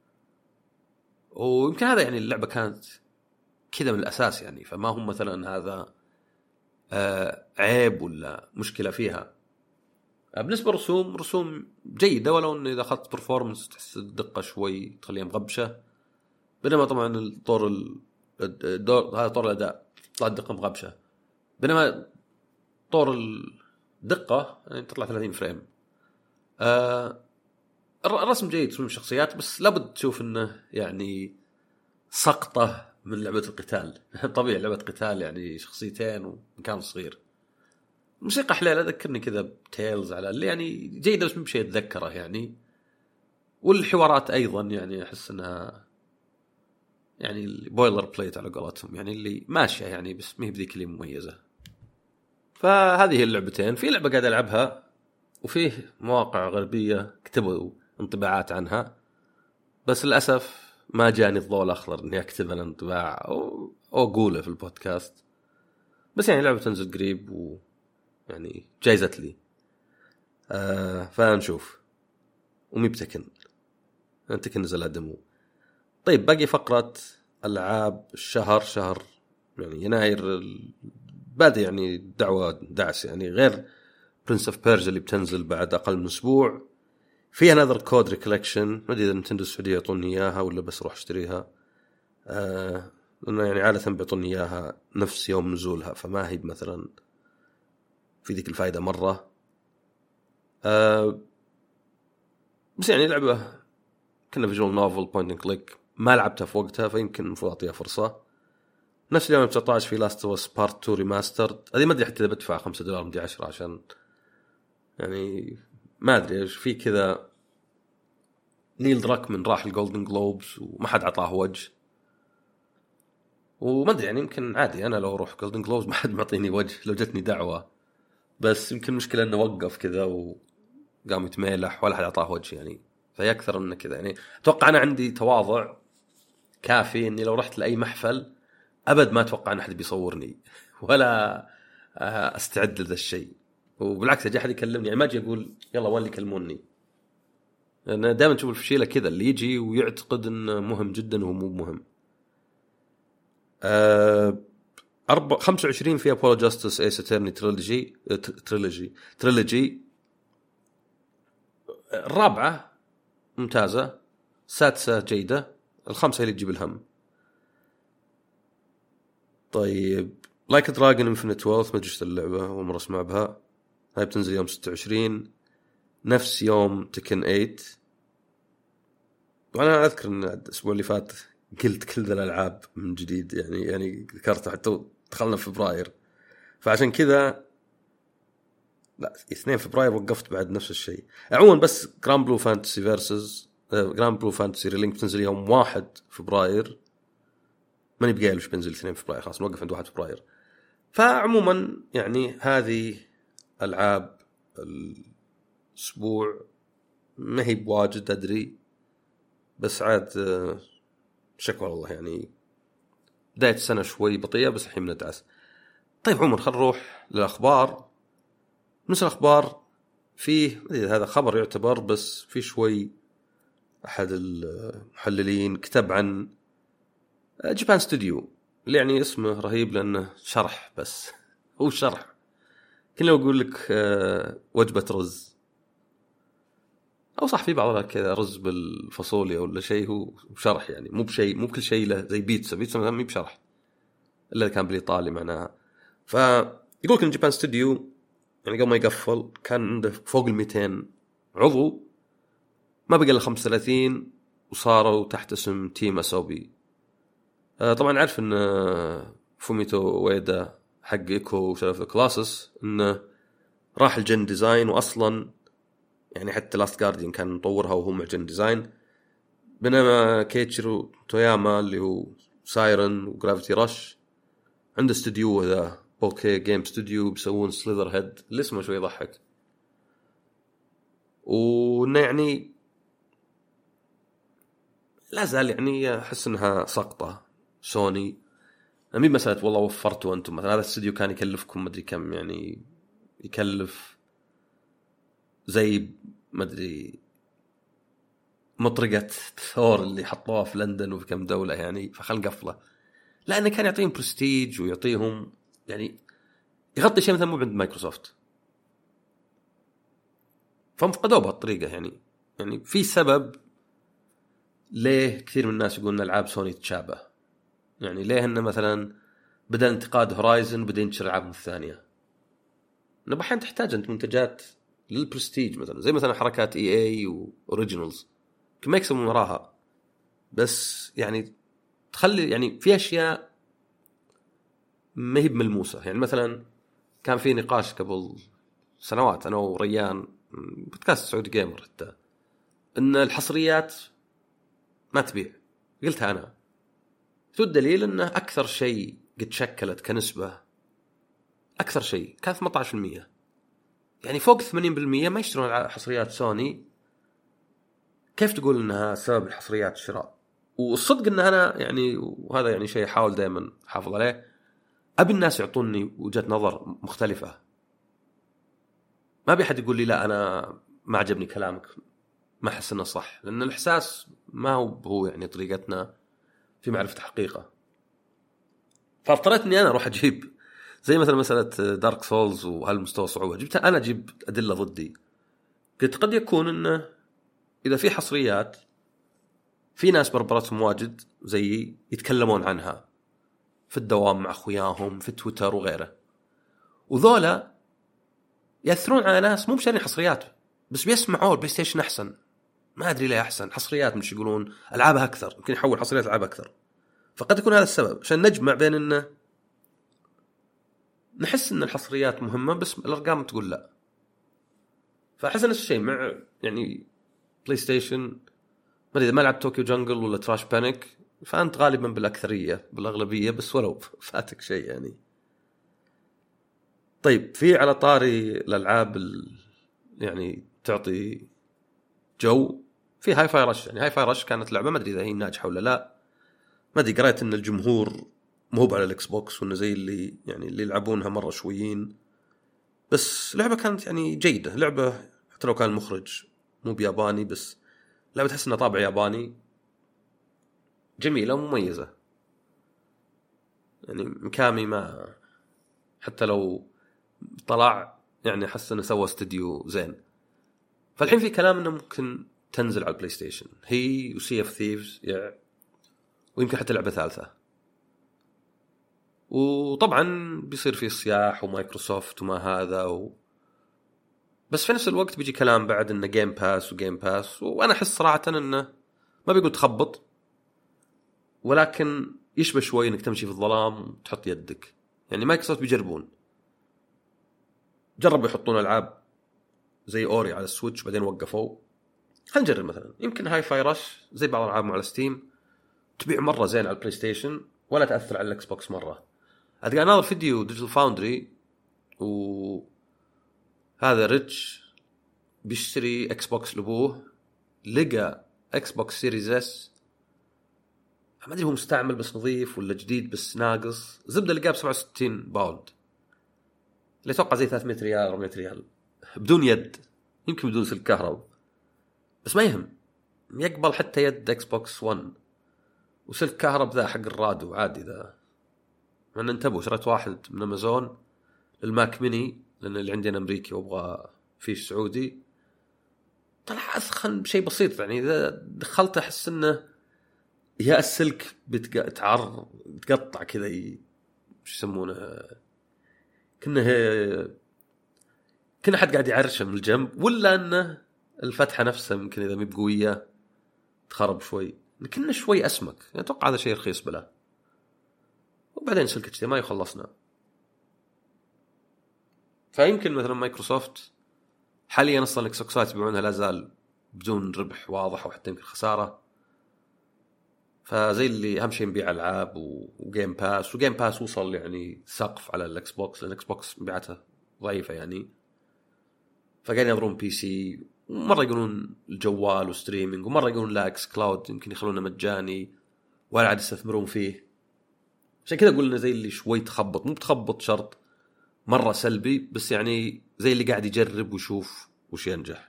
ويمكن هذا يعني اللعبه كانت كذا من الاساس يعني، فما هم مثلا هذا آه عيب ولا مشكله فيها. آه بالنسبه للرسوم، رسوم جيده، ولو انه اذا اخذت برفورمانس تحس الدقه شوي تخليها مغبشه، بينما طبعا الطور الدور هذا طور الاداء تطلع الدقه مغبشه، بينما طور الدقه يعني تطلع ثلاثين فريم. آه الرسم جيد، تصميم الشخصيات، بس لابد تشوف انه يعني سقطه من لعبه القتال. طبيعي لعبه قتال يعني شخصيتين ومكان صغير. الموسيقى حليله ذكرني كذا بتيلز على اللي يعني جيده، بس مو بشيء اتذكره يعني. والحوارات ايضا يعني احس انها يعني البويلر بلايت على قولتهم، يعني اللي ماشيه يعني بس ما هي بذيك اللي مميزه. فهذه اللعبتين. في لعبه قاعد العبها وفيه مواقع غربيه كتبوا انطباعات عنها، بس للاسف ما جاني الضوء الاخضر اني اكتب انا انطباع او او اقوله في البودكاست. بس يعني لعبه تنزل قريب ويعني جايزت لي آه فنشوف. ومبتكن انت نزل دمو. طيب باقي فقره العاب الشهر، شهر يعني يناير بادئ يعني دعوه دعس، يعني غير برنس اوف بيرج اللي بتنزل بعد اقل من اسبوع. في انذر كود ريكولكشن، ما ادري اذا نينتندو السعوديه يعطوني اياها ولا بس اروح اشتريها، آه لانه يعني عاده بيعطوني اياها نفس يوم نزولها، فما هي مثلا في ذيك الفائده مره. آه بس يعني لعبه كنا فيجوال نوفل بوينت اند كليك، ما لعبتها في وقتها فيمكن المفروض اعطيها فرصه. نفس اليوم تسعة عشر في لاست اوف اس بارت تو ريماسترد، هذه ما ادري حتى اذا بدفع خمسة دولار مدي عشرة عشان يعني ما ادري ايش في كذا. نيل دراكمن راح الجولدن جلوبز وما حد عطاه وجه، وما ادري يعني يمكن عادي انا لو اروح جولدن جلوبز ما حد معطيني وجه لو جتني دعوه، بس يمكن مشكله انه وقف كذا وقام يتميلح ولا حد عطاه وجه يعني. فهي اكثر من كذا يعني. اتوقع انا عندي تواضع كافي اني لو رحت لاي محفل ابد ما اتوقع ان احد بيصورني ولا استعد لذا الشيء، وبالعكس اجي احد يكلمني يعني ما اجي اقول يلا وين اللي يكلموني. انا دائما اشوف الفشيله كذا اللي يجي ويعتقد انه مهم جدا وهو مو مهم. أه أربع خمسة وعشرين في أبولو جاستس إيس أترني تريلوجي تريلوجي تريلوجي الرابعة ممتازة، السادسة جيدة، الخامسة اللي تجيب الهم. طيب لايك دراجون انفينيت ويلث ما جشت اللعبة ومرة اسمع بها، هاي بتنزل يوم ستة وعشرين نفس يوم تكن ثمانية. وأنا أذكر أن الأسبوع اللي فات قلت كل ذا الألعاب من جديد يعني يعني ذكرت حتى دخلنا في فبراير، فعشان كذا لا اثنين فبراير وقفت بعد نفس الشيء. عموما بس جراند بلو فانتسي فيرسز جراند بلو فانتسي ريلينك بتنزل يوم واحد فبراير، ماني بقايل وش بنزل اثنين فبراير، خلاص نوقف عند واحد فبراير. فعموما يعني هذه ألعاب الأسبوع، ما هي بواجد أدري، بس عاد شكوى والله يعني بداية السنة شوي بطيئة بس الحين ندعس. طيب عموما خل نروح للأخبار. نص الأخبار فيه هذا خبر يعتبر بس في شوي أحد المحللين كتب عن جابان ستوديو اللي يعني اسمه رهيب لأنه شرح، بس هو شرح كنا أقول لك وجبة رز أو صح في بعضها كذا رز بالفاصوليا ولا شيء، هو شرح يعني مو بشيء مو بكل شيء له زي بيتزا بيتزا مثلا مي بشرح إلا كان بالإيطالي معناها. فيقولك إن جابان ستوديو يعني قبل ما يقفل كان عنده فوق المئتين عضو، ما بقى إلا خمسة وثلاثين وصاروا تحت اسم تيم أسوبي. آه طبعا عارف إن فوميتو ويدا حق إيكو وشرف كلاسس إنه راح الجن ديزاين، وأصلا يعني حتى لاست جارديان كان مطورها وهو مع جن ديزاين، بينما كيتشيرو توياما اللي هو سايرن وجرافيتي رش عنده استوديو ذا اوكي جيم ستوديو بيسوون سليذر هيد اللي اسمه شوي يضحك. وإنه يعني لا زال يعني أحس إنها سقطة سوني، أمي مسألة والله وفرتوا أنتم مثلا هذا الاستوديو كان يكلفكم مدري كم، يعني يكلف زي مدري مطرقة ثور اللي حطوها في لندن وفي كم دولة يعني، فخل قفلة. لأنه كان يعطيهم برستيج ويعطيهم يعني يغطي شيء مثلا مو عند مايكروسوفت، فانفقدوا بهالطريقة يعني. يعني في سبب ليه كثير من الناس يقولون ألعاب سوني تشابه، يعني ليه إنه مثلا بدأ انتقاد هورايزن بدأ ينشر ألعاب الثانية، إنه بحين تحتاج أنت منتجات للبرستيج مثلا زي مثلا حركات إي إي وأوريجينالز كم يكسب من وراها، بس يعني تخلي يعني في أشياء ما هي بملموسة. يعني مثلا كان في نقاش قبل سنوات أنا وريان بودكاست سعودي جيمر حتى إن الحصريات ما تبيع، قلتها أنا شو الدليل؟ انه اكثر شيء قد شكلت كنسبه، اكثر شيء كان ثمانية عشر بالمئة، يعني فوق ثمانين بالمئة ما يشترون حصريات سوني. كيف تقول انها سبب الحصريات الشراء؟ والصدق ان انا يعني، وهذا يعني شيء احاول دائما احافظ عليه، ابي الناس يعطوني وجهة نظر مختلفة. ما ابي احد يقول لي لا انا ما عجبني كلامك، ما احس انه صح، لان الاحساس ما هو هو يعني طريقتنا في معرفة حقيقة. فاضطريت اني انا اروح اجيب زي مثلا مسألة دارك سولز وهالمستوى الصعوبة، جبت انا اجيب ادلة ضدي. قلت قد يكون انه اذا في حصريات في ناس بربرتهم واجد زي يتكلمون عنها في الدوام مع اخوياهم في تويتر وغيره، وذولا يأثرون على ناس مو مشارين حصريات بس بيسمعوا البلاي ستيشن احسن، ما ادري ليه احسن حصريات، مش يقولون العابها اكثر، يمكن يحول حصريات العاب اكثر. فقد يكون هذا السبب، عشان نجمع بين انه نحس ان الحصريات مهمه بس الارقام تقول لا. فاحس نفس الشيء مع يعني بلاي ستيشن. ما ادري اذا ما لعبت طوكيو جنجل ولا تراش بانيك، فانت غالبا بالاكثريه بالاغلبيه، بس ولو فاتك شيء يعني. طيب في على طاري الالعاب يعني تعطي جو، في هاي فاي رش. يعني هاي فاي رش كانت لعبه ما ادري اذا هي ناجحه ولا لا، ما ادري، قرأت ان الجمهور مو على الاكس بوكس وانه زي اللي يعني اللي يلعبونها مره شويين، بس لعبه كانت يعني جيده. لعبه حتى لو كان المخرج مو بياباني، بس لعبه تحس انها طابع ياباني، جميله ومميزه. يعني مكامي ما حتى لو طلع يعني حس انه سوى استديو زين. فالحين في كلام انه ممكن تنزل على البلاي ستيشن، هي وسي اف ثيفز يعني، ويمكن حتى لعبه ثالثه. وطبعا بيصير في صياح ومايكروسوفت وما هذا و... بس في نفس الوقت بيجي كلام بعد انه جيم باس وجيم باس، وانا احس صراحه انه ما بيقول تخبط، ولكن يشبه شوي انك تمشي في الظلام وتحط يدك. يعني مايكروسوفت بيجربون، جربوا يحطون العاب زي اوري على السويتش بعدين وقفوا. خلينا نجرب مثلا، يمكن هاي فاي رش زي بعض الالعاب على ستيم تبيع مره زين على البلاي ستيشن ولا تاثر على الاكس بوكس مره. ادري انا فيديو ديجيتال فاوندري وهذا ريتش بيشتري اكس بوكس لابوه، لقى اكس بوكس سيريز اس، ما ادري هو مستعمل بس نظيف ولا جديد بس ناقص، زبده لقاه ب سبعة وستين باوند، اللي اتوقع زي ثلاثمية ريال أربعمية ريال، بدون يد، يمكن بدون سلك كهرب، بس ما يهم، يقبل حتى يد اكس بوكس ون وسلك كهرب ذا حق الراديو عادي ذا. من انتبهوا شريت واحد من امازون للماك ميني لان اللي عندنا امريكي وابغى فيش سعودي، طلع اسخن بشيء بسيط. يعني اذا دخلت احس انه يا السلك بتعر تقطع كذا، ايش يسمونه، كأنه كنا حد قاعد يعرشه من الجنب، ولا انه الفتحه نفسها يمكن اذا مي بقويه تخرب شوي، لكنه شوي اسمك. يعني اتوقع هذا شيء رخيص بلا. وبعدين سلك اتش دي ما يخلصنا. فيمكن مثلا مايكروسوفت حاليا اصلا الاكس بوكسات يبيعونها لا زال بدون ربح واضح، وحتى يمكن خساره. فزي اللي اهم شيء نبيع العاب وجيم باس، وجيم باس وصل يعني سقف على الاكس بوكس، لان الاكس بوكس مبيعاته ضعيفه يعني. فقاعدين يضرون بي سي، ومره يقولون الجوال وستريمينج، ومره يقولون لا اكس كلاود يمكن يخلونه مجاني ولا عاد يستثمرون فيه. عشان كذا قلنا زي اللي شوي تخبط، مو بتخبط شرط مره سلبي، بس يعني زي اللي قاعد يجرب ويشوف وش ينجح.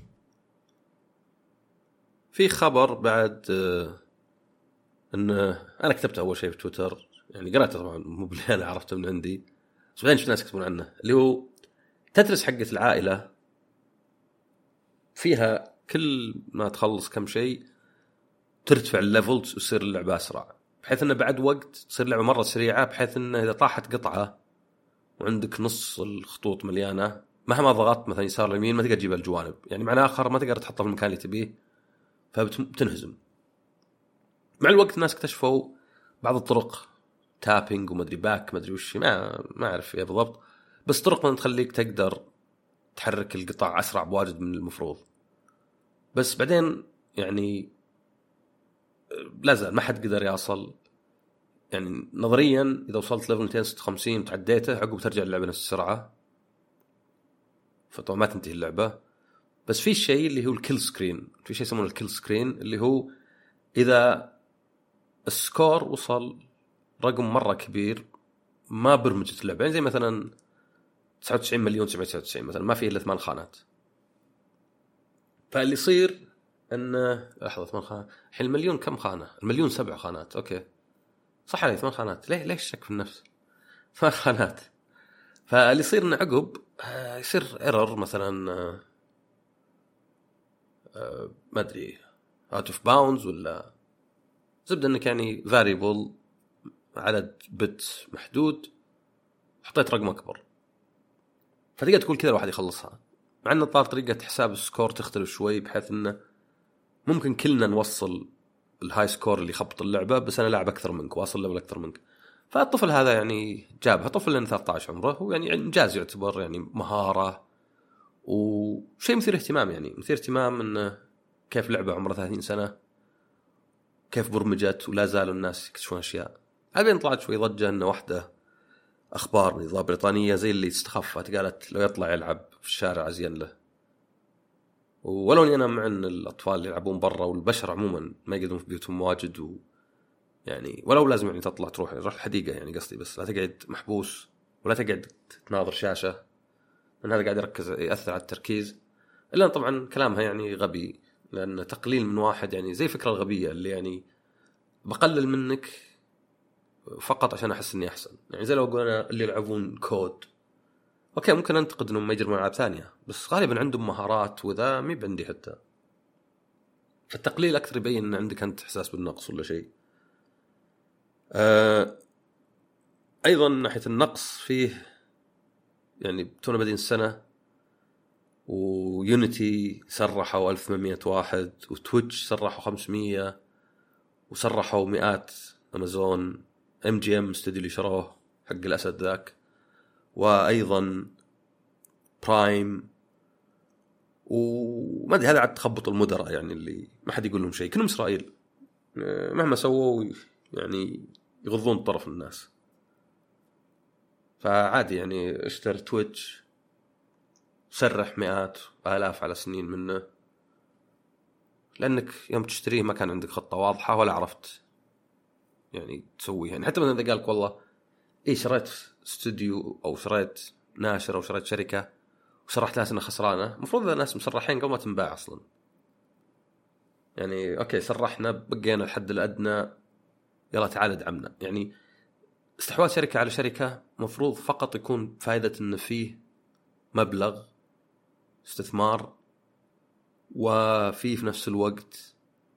في خبر بعد ان انا كتبته اول شيء في تويتر، يعني قرأته طبعا مو اللي انا عرفته من عندي، بس بعدين شفت ناس يكتبون عنه، اللي هو تترس حقة العائلة فيها كل ما تخلص كم شيء ترتفع الليفلز وتصير اللعبة أسرع، بحيث أنه بعد وقت تصير اللعبة مرة سريعة، بحيث أنه إذا طاحت قطعة وعندك نص الخطوط مليانة مهما ضغطت مثلا يسار اليمين ما تقدر تجيب الجوانب، يعني معنى آخر ما تقدر تحطها في المكان اللي تبيه، فبتنهزم. مع الوقت الناس اكتشفوا بعض الطرق، تابينج ومدري باك مدري وش، ما ما أعرف إيه بالضبط، بس طرق من تخليك تقدر تحرك القطع أسرع بواجد من المفروض. بس بعدين يعني لازال ما حد قدر يصل يعني نظريا اذا وصلت ليفل مئتين وستة وخمسين تعديته عقب ترجع اللعبه نفس السرعه، فطبعا ما تنتهي اللعبه. بس في شيء اللي هو الكيل سكرين، في شيء يسمونه الكيل سكرين اللي هو اذا السكور وصل رقم مره كبير ما برمجت اللعبه، يعني زي مثلا تسعة وتسعين مليون سبعمية وتسعة وتسعين مثلا ما فيه الا ثمان خانات. فاللي يصير انه لحظه ثمان خانات الحين المليون كم خانه؟ المليون سبع خانات اوكي صح علي ثمان خانات. ليه ليش شك في النفس ثمان خانات؟ فاللي يصير انه عقب يصير ايرور مثلا ما ادري اوت اوف باوندز ولا زبده انك يعني فاريبل عدد بت محدود حطيت رقم اكبر، فتقدر تقول كذا الواحد يخلصها. مع ان طار طريقه حساب السكور تختلف شوي بحيث انه ممكن كلنا نوصل الهاي سكور اللي يخبط اللعبه، بس انا لاعب اكثر منك واصل ليفل اكثر منك. فالطفل هذا يعني جابها طفل لين ثلاثة عشر عمره، ويعني انجاز يعتبر يعني مهاره وشيء مثير اهتمام، يعني مثير اهتمام انه كيف لعبه عمرها ثلاثين سنه كيف برمجت ولا زالوا الناس يكتشفون اشياء. بعدين طلعت شوي ضجه انه واحده اخبار من اذاعه بريطانيه زي اللي استخفت قالت لو يطلع يلعب في الشارع ازين له. ولو اني انا مع ان الاطفال اللي يلعبون برا والبشر عموما ما يقدرون في بيوتهم واجد، و يعني ولو لازم يعني تطلع تروح تروح الحديقه يعني قصدي، بس لا تقعد محبوس ولا تقعد تناظر شاشه، لان هذا قاعد يركز ياثر على التركيز. الا طبعا كلامها يعني غبي، لان تقليل من واحد يعني زي فكره الغبيه اللي يعني بقلل منك فقط عشان احس اني احسن. يعني زي لو اقول انا اللي يلعبون كود اوكي ممكن انتقد انهم ما يجربون العاب ثانيه، بس غالبا عندهم مهارات وذا مي بعندي حتى. فالتقليل اكثر يبين ان عندك انت احساس بالنقص ولا شيء. أه ايضا ناحيه النقص فيه يعني تونا بدين السنه ويونيتي سرحوا ألف وثمانمية واحد وتويتش سرحوا خمسمية وسرحوا مئات امازون ام جي ام استوديو اللي شروه حق الاسد ذاك، وايضا برايم، وما ادري هذا عاد تخبط المدراء يعني اللي ما حد يقول لهم شيء كلهم اسرائيل مهما سووا يعني يغضون طرف الناس. فعادي يعني اشتر تويتش سرح مئات آلاف على سنين منه، لأنك يوم تشتريه ما كان عندك خطة واضحة ولا عرفت يعني تسويها. يعني حتى مثلا إذا قالك والله إيه شريت استوديو أو شريت ناشر أو شريت شركة وسرحت ناس إنها خسرانة، مفروض الناس مسرحين قبل ما تنباع أصلا. يعني أوكي سرحنا بقينا الحد الأدنى يلا تعال ادعمنا. يعني استحواذ شركة على شركة مفروض فقط يكون فائدة إن فيه مبلغ استثمار وفيه في نفس الوقت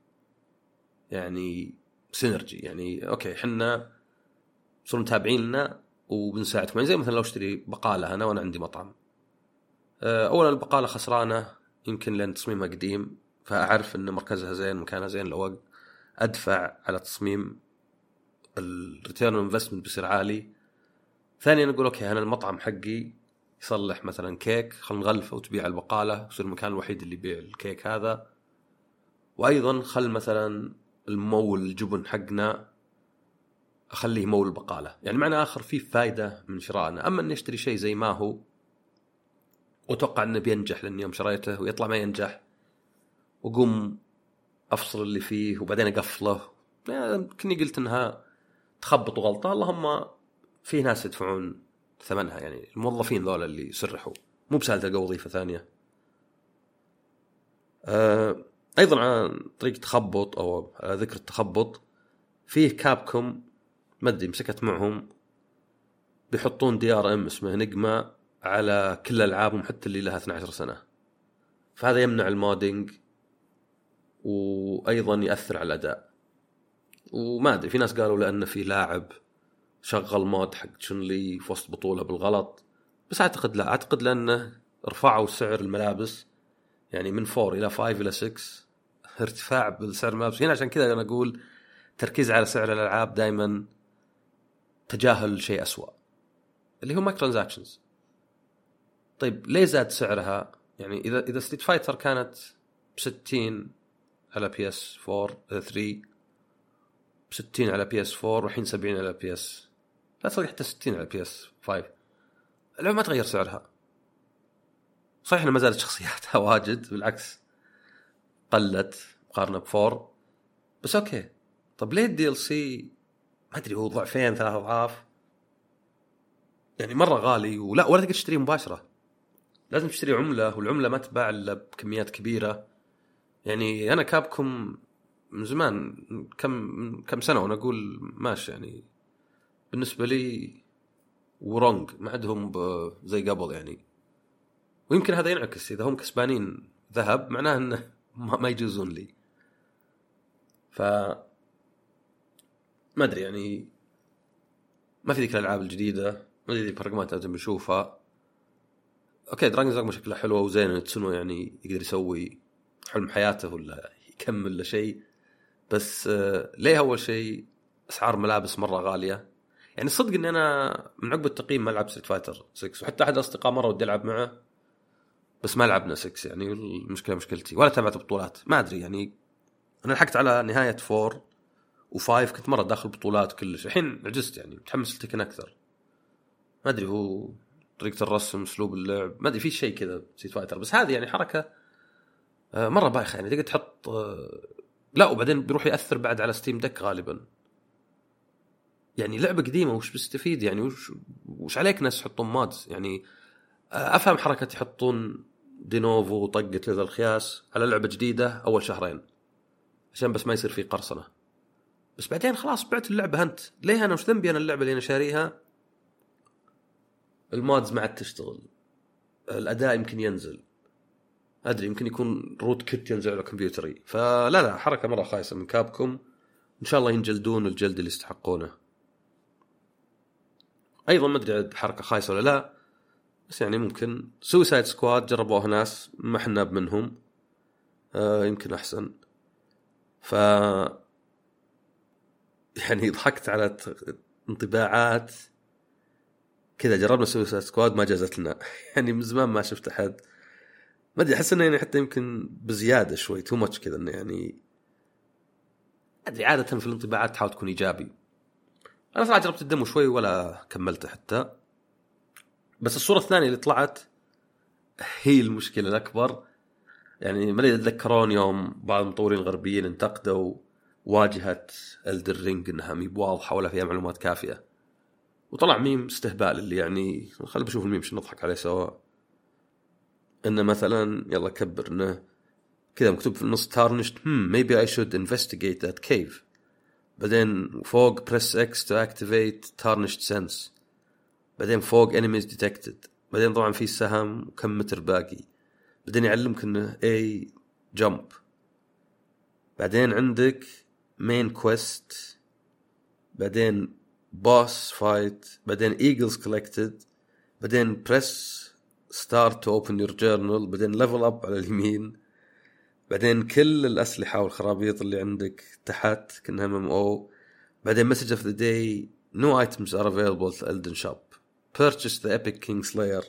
يعني سينرجي. يعني أوكي حنا صرنا متابعين لنا وبنساعدكم. يعني زي مثلا لو اشتري بقالة أنا وأنا عندي مطعم، أولا البقالة خسرانة يمكن لأن تصميمها قديم فأعرف أن مركزها زين مكانها زين، لو أدفع على تصميم الريتيرن انفستمنت بيصير عالي. ثانيا نقول أوكي أنا المطعم حقي يصلح مثلا كيك خل نغلفه وتبيع البقالة ويصير المكان الوحيد اللي يبيع الكيك هذا. وأيضا خل مثلا المول الجبن حقنا أخليه مول البقالة، يعني معنى آخر فيه فايدة من شرائنا. أما أن يشتري شيء زي ما هو وتوقع أنه بينجح لأن يوم شريته ويطلع ما ينجح وقوم أفصل اللي فيه وبعدين أقفله، يعني كني قلت أنها تخبط غلطة. اللهم في ناس يدفعون ثمنها، يعني الموظفين ذولا اللي يسرحوا مو بسهل تلقى وظيفة ثانية. أه أيضا عن طريق تخبط أو ذكر التخبط فيه كابكوم مدري مسكت معهم بيحطون دي ار ام اسمه نجمة على كل ألعابهم حتى اللي لها اثنتي عشرة سنة، فهذا يمنع المودينج وأيضا يأثر على الأداء. وما أدري في ناس قالوا لأن في لاعب شغل مود حق شنلي في وسط بطولة بالغلط، بس أعتقد لا، أعتقد لأنه رفعوا سعر الملابس يعني من فور إلى فايف إلى سكس ارتفاع بالسعر الملابس هنا. عشان كذا أنا أقول تركيز على سعر الألعاب دائما تجاهل شيء أسوأ اللي هو مايكرو ترانزاكشنز. طيب ليه زاد سعرها؟ يعني إذا إذا ستريت فايتر كانت بستين على بي اس فور ثري ستين على بي اس فور والحين سبعين على بي اس، لا تصدق حتى ستين على بي اس فايف. اللعبة ما تغير سعرها، صحيح إنها ما زالت شخصياتها واجد، بالعكس قلت مقارنة بفور، بس أوكي. طب ليه الدي ال سي ما أدري هو ضعفين ثلاث أضعاف، يعني مرة غالي، ولا ولا تقدر تشتريه مباشرة، لازم تشتري عملة، والعملة ما تباع إلا بكميات كبيرة. يعني أنا كابكم من زمان كم كم سنة وأنا أقول ماشي، يعني بالنسبة لي ورونج ما عندهم زي قبل يعني. ويمكن هذا ينعكس إذا هم كسبانين ذهب معناه أنه ما يجوزون لي. ف ما أدري يعني ما في ذيك الألعاب الجديدة، ما أدري برقمات لازم نشوفها. أوكي دراجونز دوغما شكلها حلوة وزين، تسونو يعني يقدر يسوي حلم حياته ولا يكمل لشيء، بس ليه أول شيء أسعار ملابس مرة غالية. يعني صدق إن أنا من عقب التقييم ما لعب ستريت فايتر ستة، وحتى أحد الأصدقاء مرة ودي ألعب معه بس ما لعبنا ستة. يعني المشكلة مشكلتي ولا تابعت بطولات، ما أدري يعني أنا لحقت على نهاية فور وفايف، كنت مرة داخل بطولات كلش، الحين عجزت يعني متحمس لتكن أكثر. ما أدري هو طريقة الرسم، أسلوب اللعب، ما أدري في شيء كذا ستريت فايتر، بس هذه يعني حركة مرة بايخة. يعني تقدر تحط لا وبعدين بيروح يأثر بعد على ستيم دك غالبا. يعني لعبة قديمة وش بيستفيد يعني؟ وش, وش عليك ناس يحطون مادز؟ يعني أفهم حركة يحطون دينوفو وطقة لذا الخياس على لعبة جديدة أول شهرين عشان بس ما يصير فيه قرصنة، بس بعدين خلاص بعت اللعبة أنت ليه؟ أنا وش ذنبي أنا اللعبة اللي أنا شاريها المادز ما عاد تشتغل، الأداء يمكن ينزل، أدري يمكن يكون روت كيت ينزل على كمبيوتري. فلا لا حركة مرة خايسة من كابكم، إن شاء الله ينجلدون الجلد اللي يستحقونه. أيضا ما أدري حركة خايسة ولا لا، بس يعني ممكن سويسايد سكواد جربوها ناس ما حنا منهم، آه يمكن أحسن. ف يعني ضحكت على انطباعات كذا، جربنا سويسايد سكواد ما جازت لنا يعني من زمان ما شفت أحد، ما أدري أحس إنه يعني حتى يمكن بزيادة شوي تو ماتش كذا، إنه يعني أدري عادة في الانطباعات تحاول تكون إيجابي. أنا صراحة جربت الدمو شوي ولا كملته حتى، بس الصورة الثانية اللي طلعت هي المشكلة الأكبر. يعني ما يتذكرون يوم بعض المطورين الغربيين انتقدوا واجهة إلدر رينج إنها مي بواضحة ولا فيها معلومات كافية، وطلع ميم استهبال اللي يعني خلي بشوف الميم شو نضحك عليه سوا. إنه مثلا يلا كبر إنه كذا مكتوب في النص tarnished hmm maybe I should investigate that cave، بعدين فوق press X to activate tarnished sense، بعدين فوق enemies detected، بعدين طبعا في سهم وكم متر باقي، بعدين يعلمك انه A jump، بعدين عندك main quest، بعدين boss fight، بعدين eagles collected، بعدين press start to open your journal، بعدين level up على اليمين، بعدين كل الأسلحة والخرابيط اللي عندك تحت كأنها ام ام او، بعدين message of the day no items are available at Elden shop purchase the epic king slayer.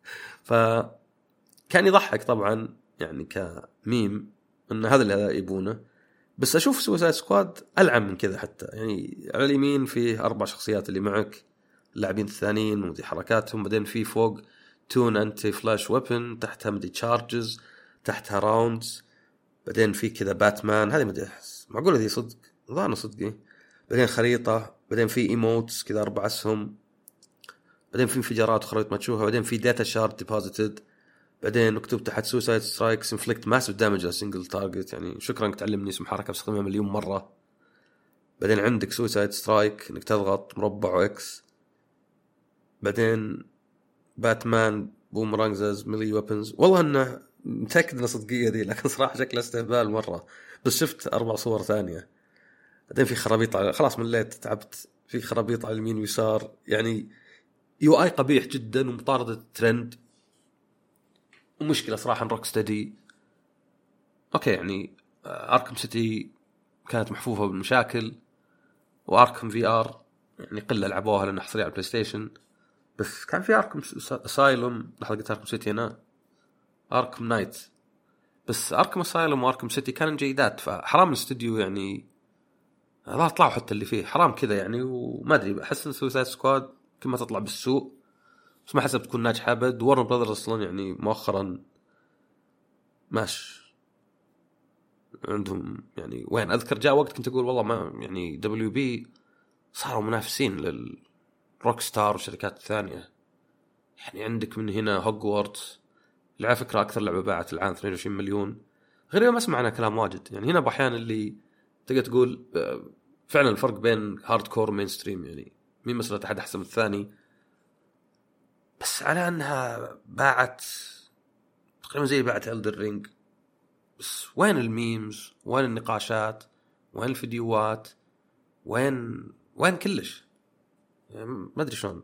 فكان يضحك طبعا يعني كميم ان هذا اللي يبونه، بس اشوف سويسايد سكواد العب من كذا. حتى يعني على اليمين فيه اربع شخصيات اللي معك اللاعبين الثانيين ودي حركاتهم، بعدين في فوق تون انتي فلاش ويبن، تحتها مدي تشارجز، تحتها راوندز، بعدين في كذا باتمان، هذه مدي احس معقوله ذي صدق ظانه صدقي، بعدين خريطه، بعدين في ايموتس كذا اربع اسهم، بعدين في انفجارات وخرائط ما تشوفها، بعدين في داتا شارد ديبوزيتد، بعدين مكتوب تحت سوسايد سترايكس انفليكت ماسيف دامج على سنجل تارجت، يعني شكرا انك تعلمني اسم حركه بستخدمها مليون مره. بعدين عندك سوسايد سترايك انك تضغط مربع واكس، بعدين باتمان بومرانجز ميلي ويبنز، والله انه متاكد انه صدقيه دي، لكن صراحه شكله استهبال مره، بس شفت اربع صور ثانيه. بعدين في خرابيط على... خلاص مليت تعبت، في خرابيط على اليمين ويسار، يعني يو اي قبيح جدا ومطاردة الترند، ومشكلة صراحة روك ستدي. اوكي يعني اركم سيتي كانت محفوفة بالمشاكل، واركم في ار يعني قلة لعبوها لأنها حصرية على البلاي ستيشن، بس كان في اركم اسايلوم، لحظة قلت اركم سيتي هنا اركم نايت، بس اركم اسايلوم واركم سيتي كانوا جيدات، فحرام الاستوديو يعني هذا طلعوا حتى اللي فيه حرام كذا يعني. وما ادري احس ان سويسايد سكواد كل ما تطلع بالسوق بس ما حسب تكون ناجحه ابد. وارن براذرز اصلا يعني مؤخرا ماش عندهم يعني وين. اذكر جاء وقت كنت اقول والله ما يعني دبليو بي صاروا منافسين للروك ستار وشركات ثانيه. يعني عندك من هنا هوجوارتس اللي على فكره اكثر لعبه باعت العام اثنين وعشرين مليون. غير ما اسمع عنها كلام واجد يعني. هنا باحيان اللي تقدر تقول فعلا الفرق بين هارد كور ومين ستريم يعني مين مسألة أحد أحسن من الثاني، بس على أنها باعت تقريبا زي باعت إلدر رينج. بس وين الميمز؟ وين النقاشات؟ وين الفيديوهات؟ وين وين كلش يعني ما أدري شلون.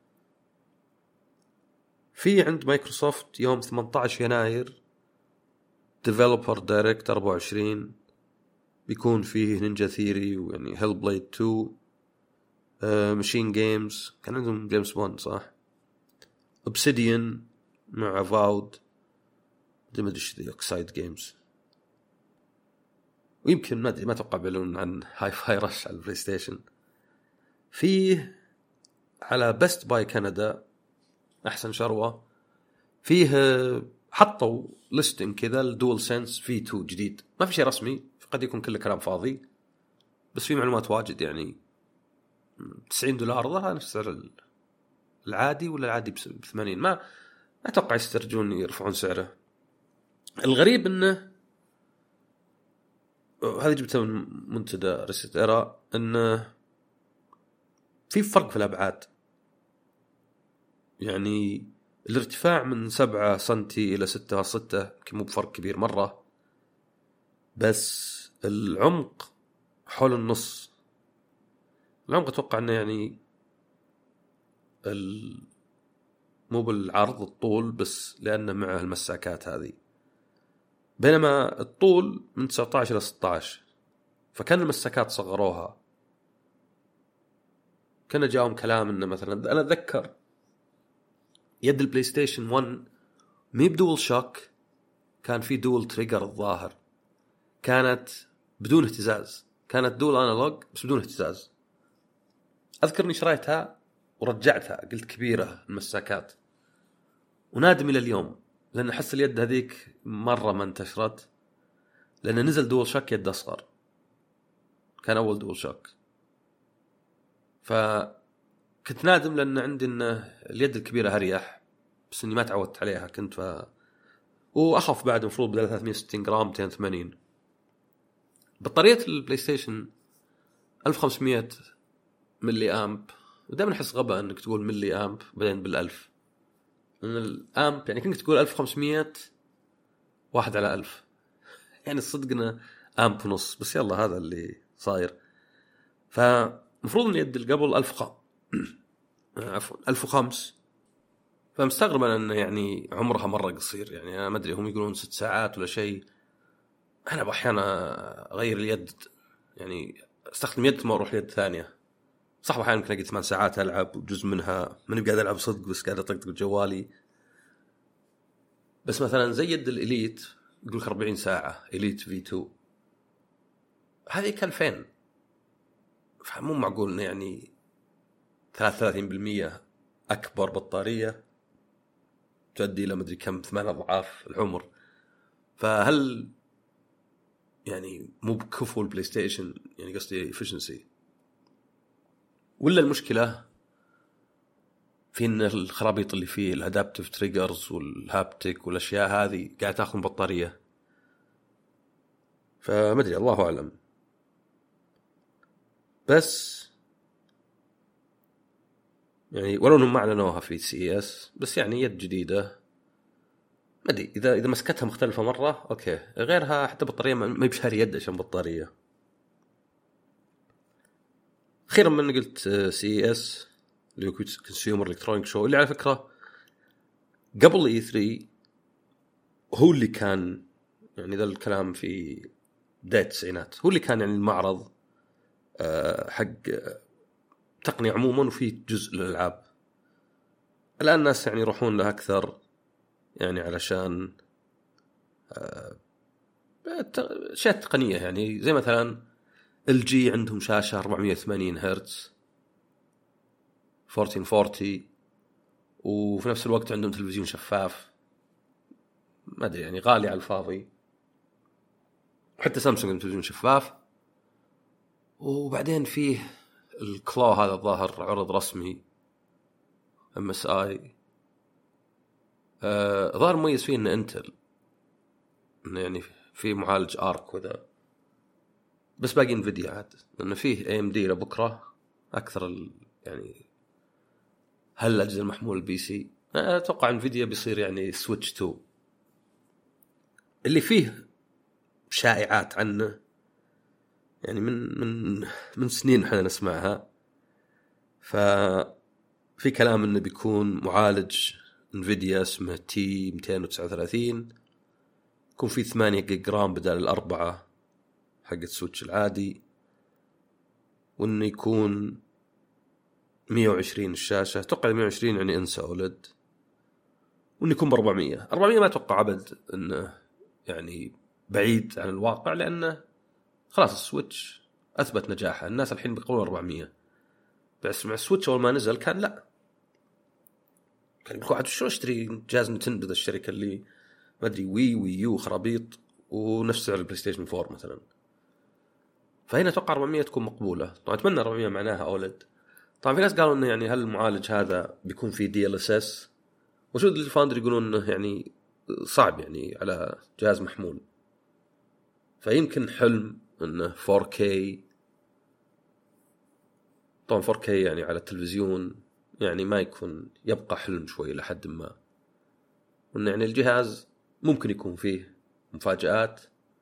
في عند مايكروسوفت يوم ثمانية عشر يناير ديفلوبر دايركت أربعة وعشرين بيكون فيه نينجا ثيري ويعني هيل بليد تو ماشين جيمز كان عندهم جيمس بوند صح، اوبسيديان مع فاود دي ما ادري ايش ذي اوكسايد جيمز. ويمكن ما ادري ما اتوقع بيعلنون عن هاي فاي رش على البلاي ستيشن. فيه على بيست باي كندا احسن شروه فيه حطوا ليستنج كذا الدول سنس في تو جديد. ما في شيء رسمي قد يكون كله كلام فاضي بس في معلومات واجد يعني. تسعين دولار ظهر نفس السعر العادي ولا العادي بثمانين ما أتوقع يسترجون يرفعون سعره. الغريب إنه هذا جبته من منتدى ريست إيرا إنه في فرق في الأبعاد يعني الارتفاع من سبعة سنتي إلى ستة ستة كم بفرق كبير مرة، بس العمق حول النص. العمق أتوقع إنه يعني مو بالعرض الطول بس لأنه معه المساكات هذه، بينما الطول من تسعة عشر إلى ستة عشر فكان المساكات صغروها. كان جاهم كلام إنه مثلا أنا أتذكر يد البلاي ستيشن واحد مي بدول شوك كان في دول تريجر الظاهر كانت بدون اهتزاز، كانت دول أنالوج بس بدون اهتزاز. أذكرني شريتها ورجعتها قلت كبيرة المساكات ونادم إلى اليوم لأن أحس اليد هذيك مرة ما انتشرت لأن نزل دول شوك يد أصغر كان أول دول شوك. فكنت نادم لأن عندي إن اليد الكبيرة هريح بس إني ما تعودت عليها كنت ف... وأخف بعد مفروض بدل ثلاثمية وستين جرام مئتين وثمانين. بطارية البلاي ستيشن ألف وخمسمية ملي أمب ودائما أحس غباء إنك تقول ملي أمب بعدين بالألف لأن الأمب يعني كنت تقول ألف وخمسمية واحد على ألف يعني الصدقنا أمب ونص بس يلا هذا اللي صاير. فمفروض إن يد القبل ألف خ عفوا ألف وخمس. فمستغرب أن يعني عمرها مرة قصير يعني أنا ما أدري هم يقولون ست ساعات ولا شيء. أنا بأحيانا أغير اليد يعني استخدم يد ما أروح يد ثانية صح. أحيانا ممكن أجي ثمان ساعات ألعب وجزء منها ماني قاعد ألعب صدق بس قاعد أطقطق جوالي. بس مثلا زي يد الإليت يقول أربعين ساعة إليت في تو هذه كان فين فمو معقول إنه يعني ثلاثة وثلاثين بالمية أكبر بطارية تؤدي إلى مدري كم ثمان أضعاف العمر. فهل يعني مو بكفو البلاي ستيشن يعني قصدي efficiency ولا المشكلة في إن الخرابيط اللي فيه الادابتيف تريجرز والهابتيك والأشياء هذه قاعد تأخذ بطارية. فما أدري الله أعلم. بس يعني ولو إنهم ما أعلنوها في سي إس بس يعني يد جديدة ما أدري إذا إذا مسكتها مختلفة مرة أوكي غيرها حتى بطارية ما يبشهر يد عشان بطارية. أخيرا من قلت سي إس اللي هو كونسيومر إلكترونيك شو اللي على فكرة قبل إي ثري هو اللي كان يعني ذا الكلام في بداية التسعينات هو اللي كان يعني المعرض حق تقنية عموما وفي جزء للألعاب. الآن الناس يعني يروحون له أكثر يعني علشان أشياء تقنية يعني زي مثلا ال جي عندهم شاشة أربعمية وثمانين هرتز ألف وأربعمية وأربعين، وفي نفس الوقت عندهم تلفزيون شفاف، ما أدري يعني غالي على الفاضي. حتى سامسونج عندهم تلفزيون شفاف. وبعدين فيه الكلو هذا الظاهر عرض رسمي ام اس اي، آه ظاهر مميز فيه ان انتل إنه يعني في معالج ارك وذا، بس باقي انفيديا عاد، لانه فيه اي ام دي لبكره اكثر ال... يعني هل الاجهزه المحمول البي سي. اتوقع انفيديا بيصير يعني سويتش تو اللي فيه شائعات عنه، يعني من من من سنين احنا نسمعها. ففي كلام انه بيكون معالج انفيديا اسمه تي مئتين وتسعة وثلاثين، يكون فيه ثمانية جيجا رام بدل الأربعة حق السويتش العادي، وانه يكون مية وعشرين الشاشة. اتوقع مية وعشرين يعني انسى اولد، وانه يكون ب أربعمية. أربعمية ما اتوقع ابد انه يعني بعيد عن الواقع، لانه خلاص السويتش اثبت نجاحه. الناس الحين بيقولون أربعمية، بس مع السويتش اول ما نزل كان لا، كان يقول عاد شو اشتري جهاز نتندو الشركه اللي ما ادري وي وي يو خرابيط ونفس سعر البلاي ستيشن فور مثلا. فهنا اتوقع أربعمية تكون مقبوله. طبعا اتمنى أربعمية معناها اولد. طبعا في ناس قالوا انه يعني هل المعالج هذا بيكون فيه دي ال اس اس، وشو الفاوندر يقولون انه يعني صعب يعني على جهاز محمول، فيمكن حلم انه فور كي. طبعا فور كي يعني على التلفزيون يعني ما يكون، يبقى حلم شوي لحد ما، وإن يعني الجهاز ممكن يكون فيه مفاجآت.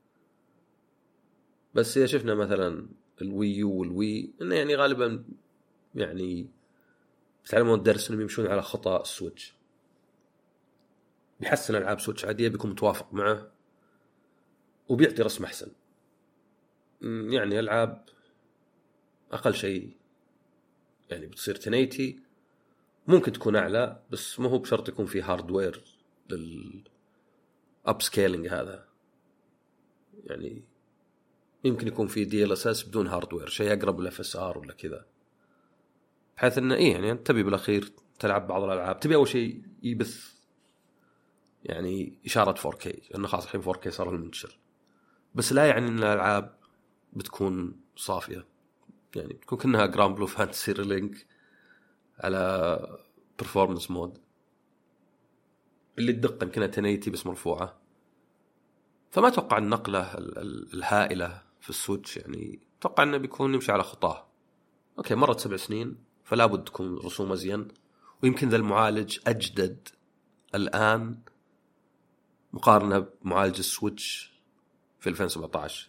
بس إذا شفنا مثلا الويو والوي إنه يعني غالبا يعني بتعلمون الدرس إنهم يمشون على خطى السويتش، بيحسن ألعاب سويتش عادية بيكون متوافق معه وبيعطي رسم أحسن. يعني ألعاب أقل شيء يعني بتصير عشرة ثمانين، ممكن تكون أعلى بس ما هو بشرط يكون في هاردوير لل أب سكيلينج هذا. يعني يمكن يكون في دي ال اس اس بدون هاردوير، شيء أقرب ل إف إس آر ولا كذا، بحيث إنه إيه يعني أنت تبي بالأخير تلعب بعض الألعاب، تبي أول شيء يبث يعني إشارة فور كي، لأنه خلاص الحين فور كي صار المنتشر، بس لا يعني إن الألعاب بتكون صافية. يعني تكون كأنها جراند بلو فانتسي ريلينك على performance مود اللي الدقة يمكنها عشرة ثمانين بس مرفوعة. فما أتوقع النقلة الهائلة في السويتش، يعني أتوقع أنه بيكون يمشي على خطاه. أوكي مرت سبع سنين فلا بد تكون رسوم أزين، ويمكن ذا المعالج أجدد الآن مقارنة بمعالج السويتش في ألفين وسبعة عشر.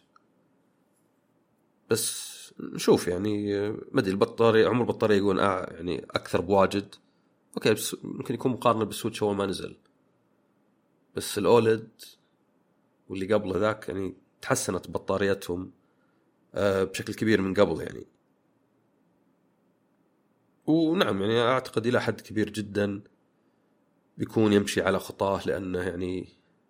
بس نشوف يعني ما أدري البطارية، عمر البطارية يقول آه يعني أكثر بواجد. أوكي بس ممكن يكون مقارنة بالسويتش أول ما نزل، بس الأولد واللي قبله ذاك يعني تحسنت بطاريتهم بشكل كبير من قبل يعني. ونعم يعني أعتقد إلى حد كبير جدا بيكون يمشي على خطاه، لأنه يعني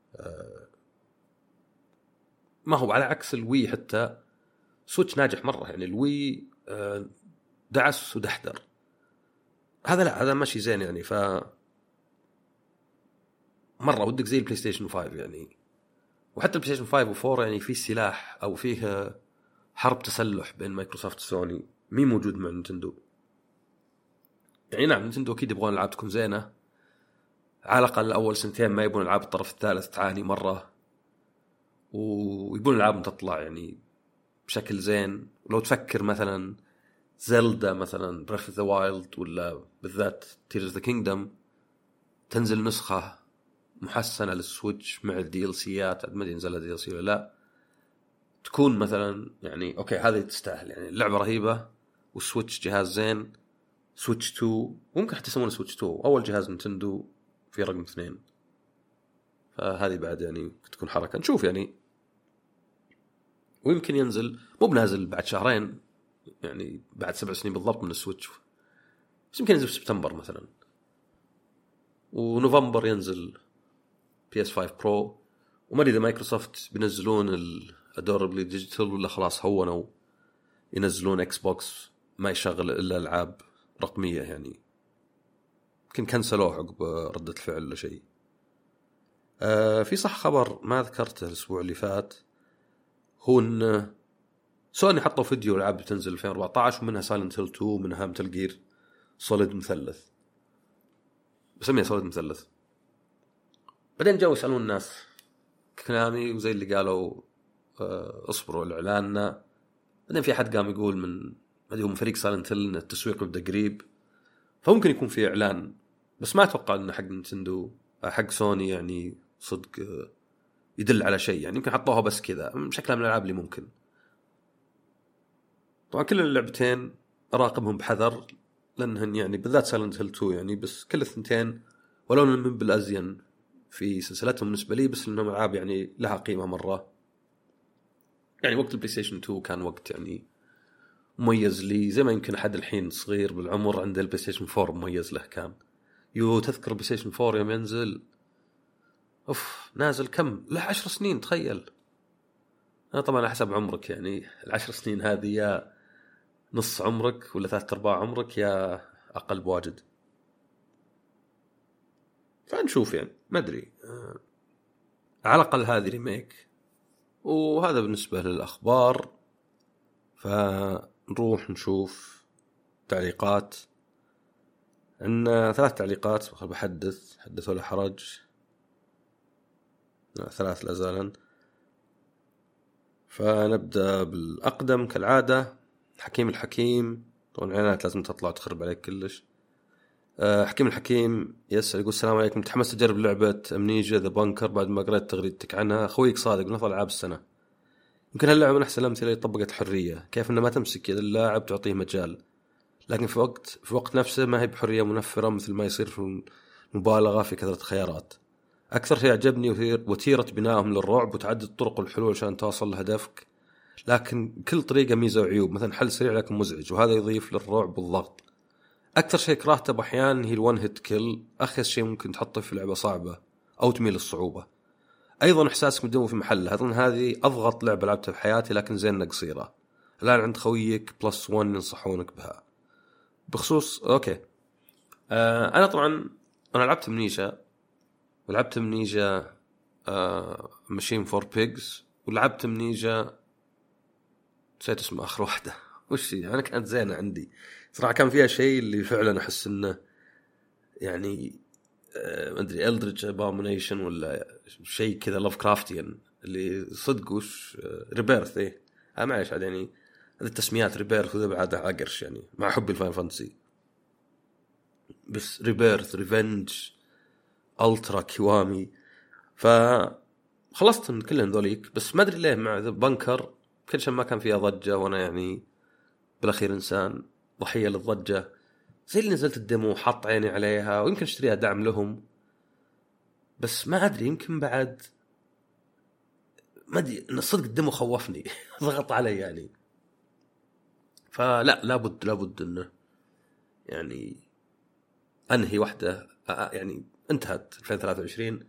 ما هو على عكس الوي. حتى سويتش ناجح مرة، يعني الوي دعس ودحدر، هذا لا، هذا ماشي زين يعني. ف مرة ودك زي البلاي ستيشن فايف يعني، وحتى البلاي ستيشن فايف وفور يعني فيه سلاح أو فيه حرب تسلح بين مايكروسوفت وسوني مي موجود مع نينتندو. يعني نعم نينتندو أكيد يبغون الألعاب تكون زينة، على الأقل أول سنتين ما يبون ألعاب الطرف الثالث تعاني مرة، ويبون الألعاب تطلع يعني بشكل زين. ولو تفكر مثلا زلدا مثلا بريث اوف ذا وايلد، ولا بالذات تيرز ذا كينجدم، تنزل نسخة محسنة للسويتش مع الدي ال سيات، ما ادري نزل دي ال سي ولا لا، تكون مثلا يعني اوكي هذه تستاهل، يعني اللعبة رهيبة والسويتش جهاز زين. سويتش تو ممكن حتى يسمونه سويتش تو، اول جهاز نينتندو في رقم اثنين، فهذه بعد يعني تكون حركة نشوف يعني. ويمكن ينزل مو بنازل بعد شهرين، يعني بعد سبع سنين بالضبط من السويتش، بس يمكن ينزل في سبتمبر مثلا، ونوفمبر ينزل بي اس فايف برو. وما ادري اذا مايكروسوفت بينزلون الادوربلي ديجيتال ولا خلاص هونوا ينزلون اكس بوكس ما يشغل الا العاب رقميه، يعني يمكن كنسلوه عقب رده الفعل ولا شيء. آه في صح خبر ما ذكرته الاسبوع اللي فات، هو ان سوني حطوا فيديو العاب بتنزل ألفين وأربعة عشر ومنها سايلنت هيل تو ومنها متل جير سوليد مثلث، بسميها سوليد مثلث. بعدين جو يسالون الناس كلامي وزي اللي قالوا آه اصبروا الاعلاننا. بعدين في احد قام يقول من ما هم فريق سايلنت هيل ان التسويق يبدا قريب، فممكن يكون في اعلان، بس ما اتوقع انه حق نينتندو حق سوني يعني صدق يدل على شيء. يعني يمكن حطوها بس كذا شكلها من الالعاب اللي ممكن. طبعا كل اللعبتين اراقبهم بحذر لانهن يعني بالذات سايلنت هيل تو يعني، بس كل الثنتين ولو انهم بالازين في سلسلتهم بالنسبه لي، بس انهم العاب يعني لها قيمه مره. يعني وقت البلاي ستيشن تو كان وقت يعني مميز لي، زي ما يمكن احد الحين صغير بالعمر عند البلاي ستيشن فور مميز له كان. يو تذكر بلاي ستيشن فور يوم ينزل اوف نازل كم له عشر سنين تخيل. انا طبعا حسب عمرك يعني العشر سنين هذه يا نص عمرك ولا ثلاث ارباع عمرك يا اقل بواجد. فنشوف يعني ما ادري أه على الاقل هذه ريميك. وهذا بالنسبه للاخبار. فنروح نشوف تعليقات. عندنا ثلاث تعليقات بحدث حدث ولا حرج. لا ثلاث لا زالا. فنبدأ بالأقدم كالعادة، حكيم الحكيم. طبعا الإعلانات لازم تطلع تخرب عليك كلش. أه حكيم الحكيم يسأل يقول السلام عليكم، متحمس تجرب لعبة أمنيجيا ذا بانكر بعد ما قرأت تغريدتك عنها. أخويك صادق من أفضل ألعاب السنة. يمكن هاللعبة من أحسن الأمثلة اللي طبقت حرية، كيف إنه ما تمسك إذا اللاعب تعطيه مجال، لكن في وقت في وقت نفسه ما هي بحرية منفرة مثل ما يصير في مبالغة في كثرة خيارات. أكثر شيء عجبني وتيرة بنائهم للرعب وتعدد الطرق والحلول عشان توصل لهدفك، لكن كل طريقة ميزة وعيوب، مثلا حل سريع لكن مزعج وهذا يضيف للرعب والضغط. أكثر شيء كرهته بأحيان هي الون هيت كيل، أخيس شيء ممكن تحطه في لعبة صعبة أو تميل الصعوبة. أيضا إحساسك مدمو في محلها، أظن هذه أضغط لعبة لعبتها في حياتي لكن زينة قصيرة. الآن عند خويك بلس ون ينصحونك بها. بخصوص أوكي آه أنا طبعا أنا لعبت منيشة ولعبت منيجا آه ماشين فور بيجز ولعبت منيجا نسيت اسمه آخر واحدة وش هي. أنا كانت زينة عندي صراحة، كان فيها شيء اللي فعلا أحس إنه يعني آه ما أدري إلدريتش أبامونيشن ولا شيء كذا لوف كرافتيان اللي صدق وش آه ريبيرث. إيه أنا معلش عاد يعني هذه التسميات ريبيرث وذا بعد عقرش يعني مع حبي الفاين فانتسي، بس ريبيرث ريفنج ألترا كيوامي. فخلصت من كلهم ذوليك، بس ما أدري ليه مع ذا بانكر كل شيء ما كان فيها ضجة، وأنا يعني بالأخير إنسان ضحية للضجة. زي اللي نزلت الديمو حط عيني عليها ويمكن اشتريها دعم لهم، بس ما أدري يمكن بعد ما أدري الصدق الديمو خوفني ضغط علي يعني. فلا لابد لابد إنه يعني أنهي واحدة يعني انتهت ألفين وثلاثة وعشرين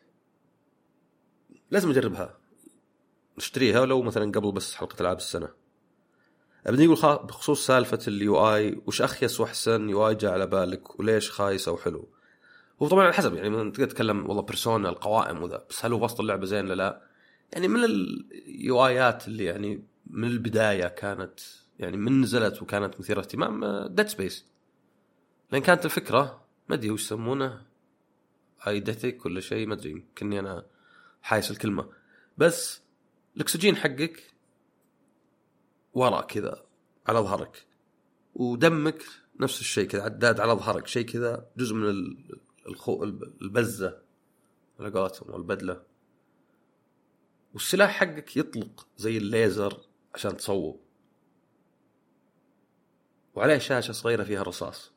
لازم أجربها نشتريها ولو مثلا قبل بس حلقة ألعاب السنة. أبدي يقول خا... بخصوص سالفة اليو آي وش أخيس وأحسن يو آي جاء على بالك وليش خايس أو حلو؟ هو طبعا على حسب يعني من تقدر تتكلم والله بيرسونا القوائم وذا، بس هل هو وسط اللعبة زين ولا لا؟ يعني من اليو آيات اللي يعني من البداية كانت يعني من نزلت وكانت مثيرة اهتمام ديد سبيس، لأن كانت الفكرة ما أدري وش يسمونه ايديتك ولا شيء ما أدري كني أنا حايس الكلمة، بس الأكسجين حقك وراء كذا على ظهرك ودمك نفس الشيء كذا عداد على ظهرك، شيء كذا جزء من الخو البزة على قولتهم والبدلة، والسلاح حقك يطلق زي الليزر عشان تصوب، وعليه شاشة صغيرة فيها رصاص.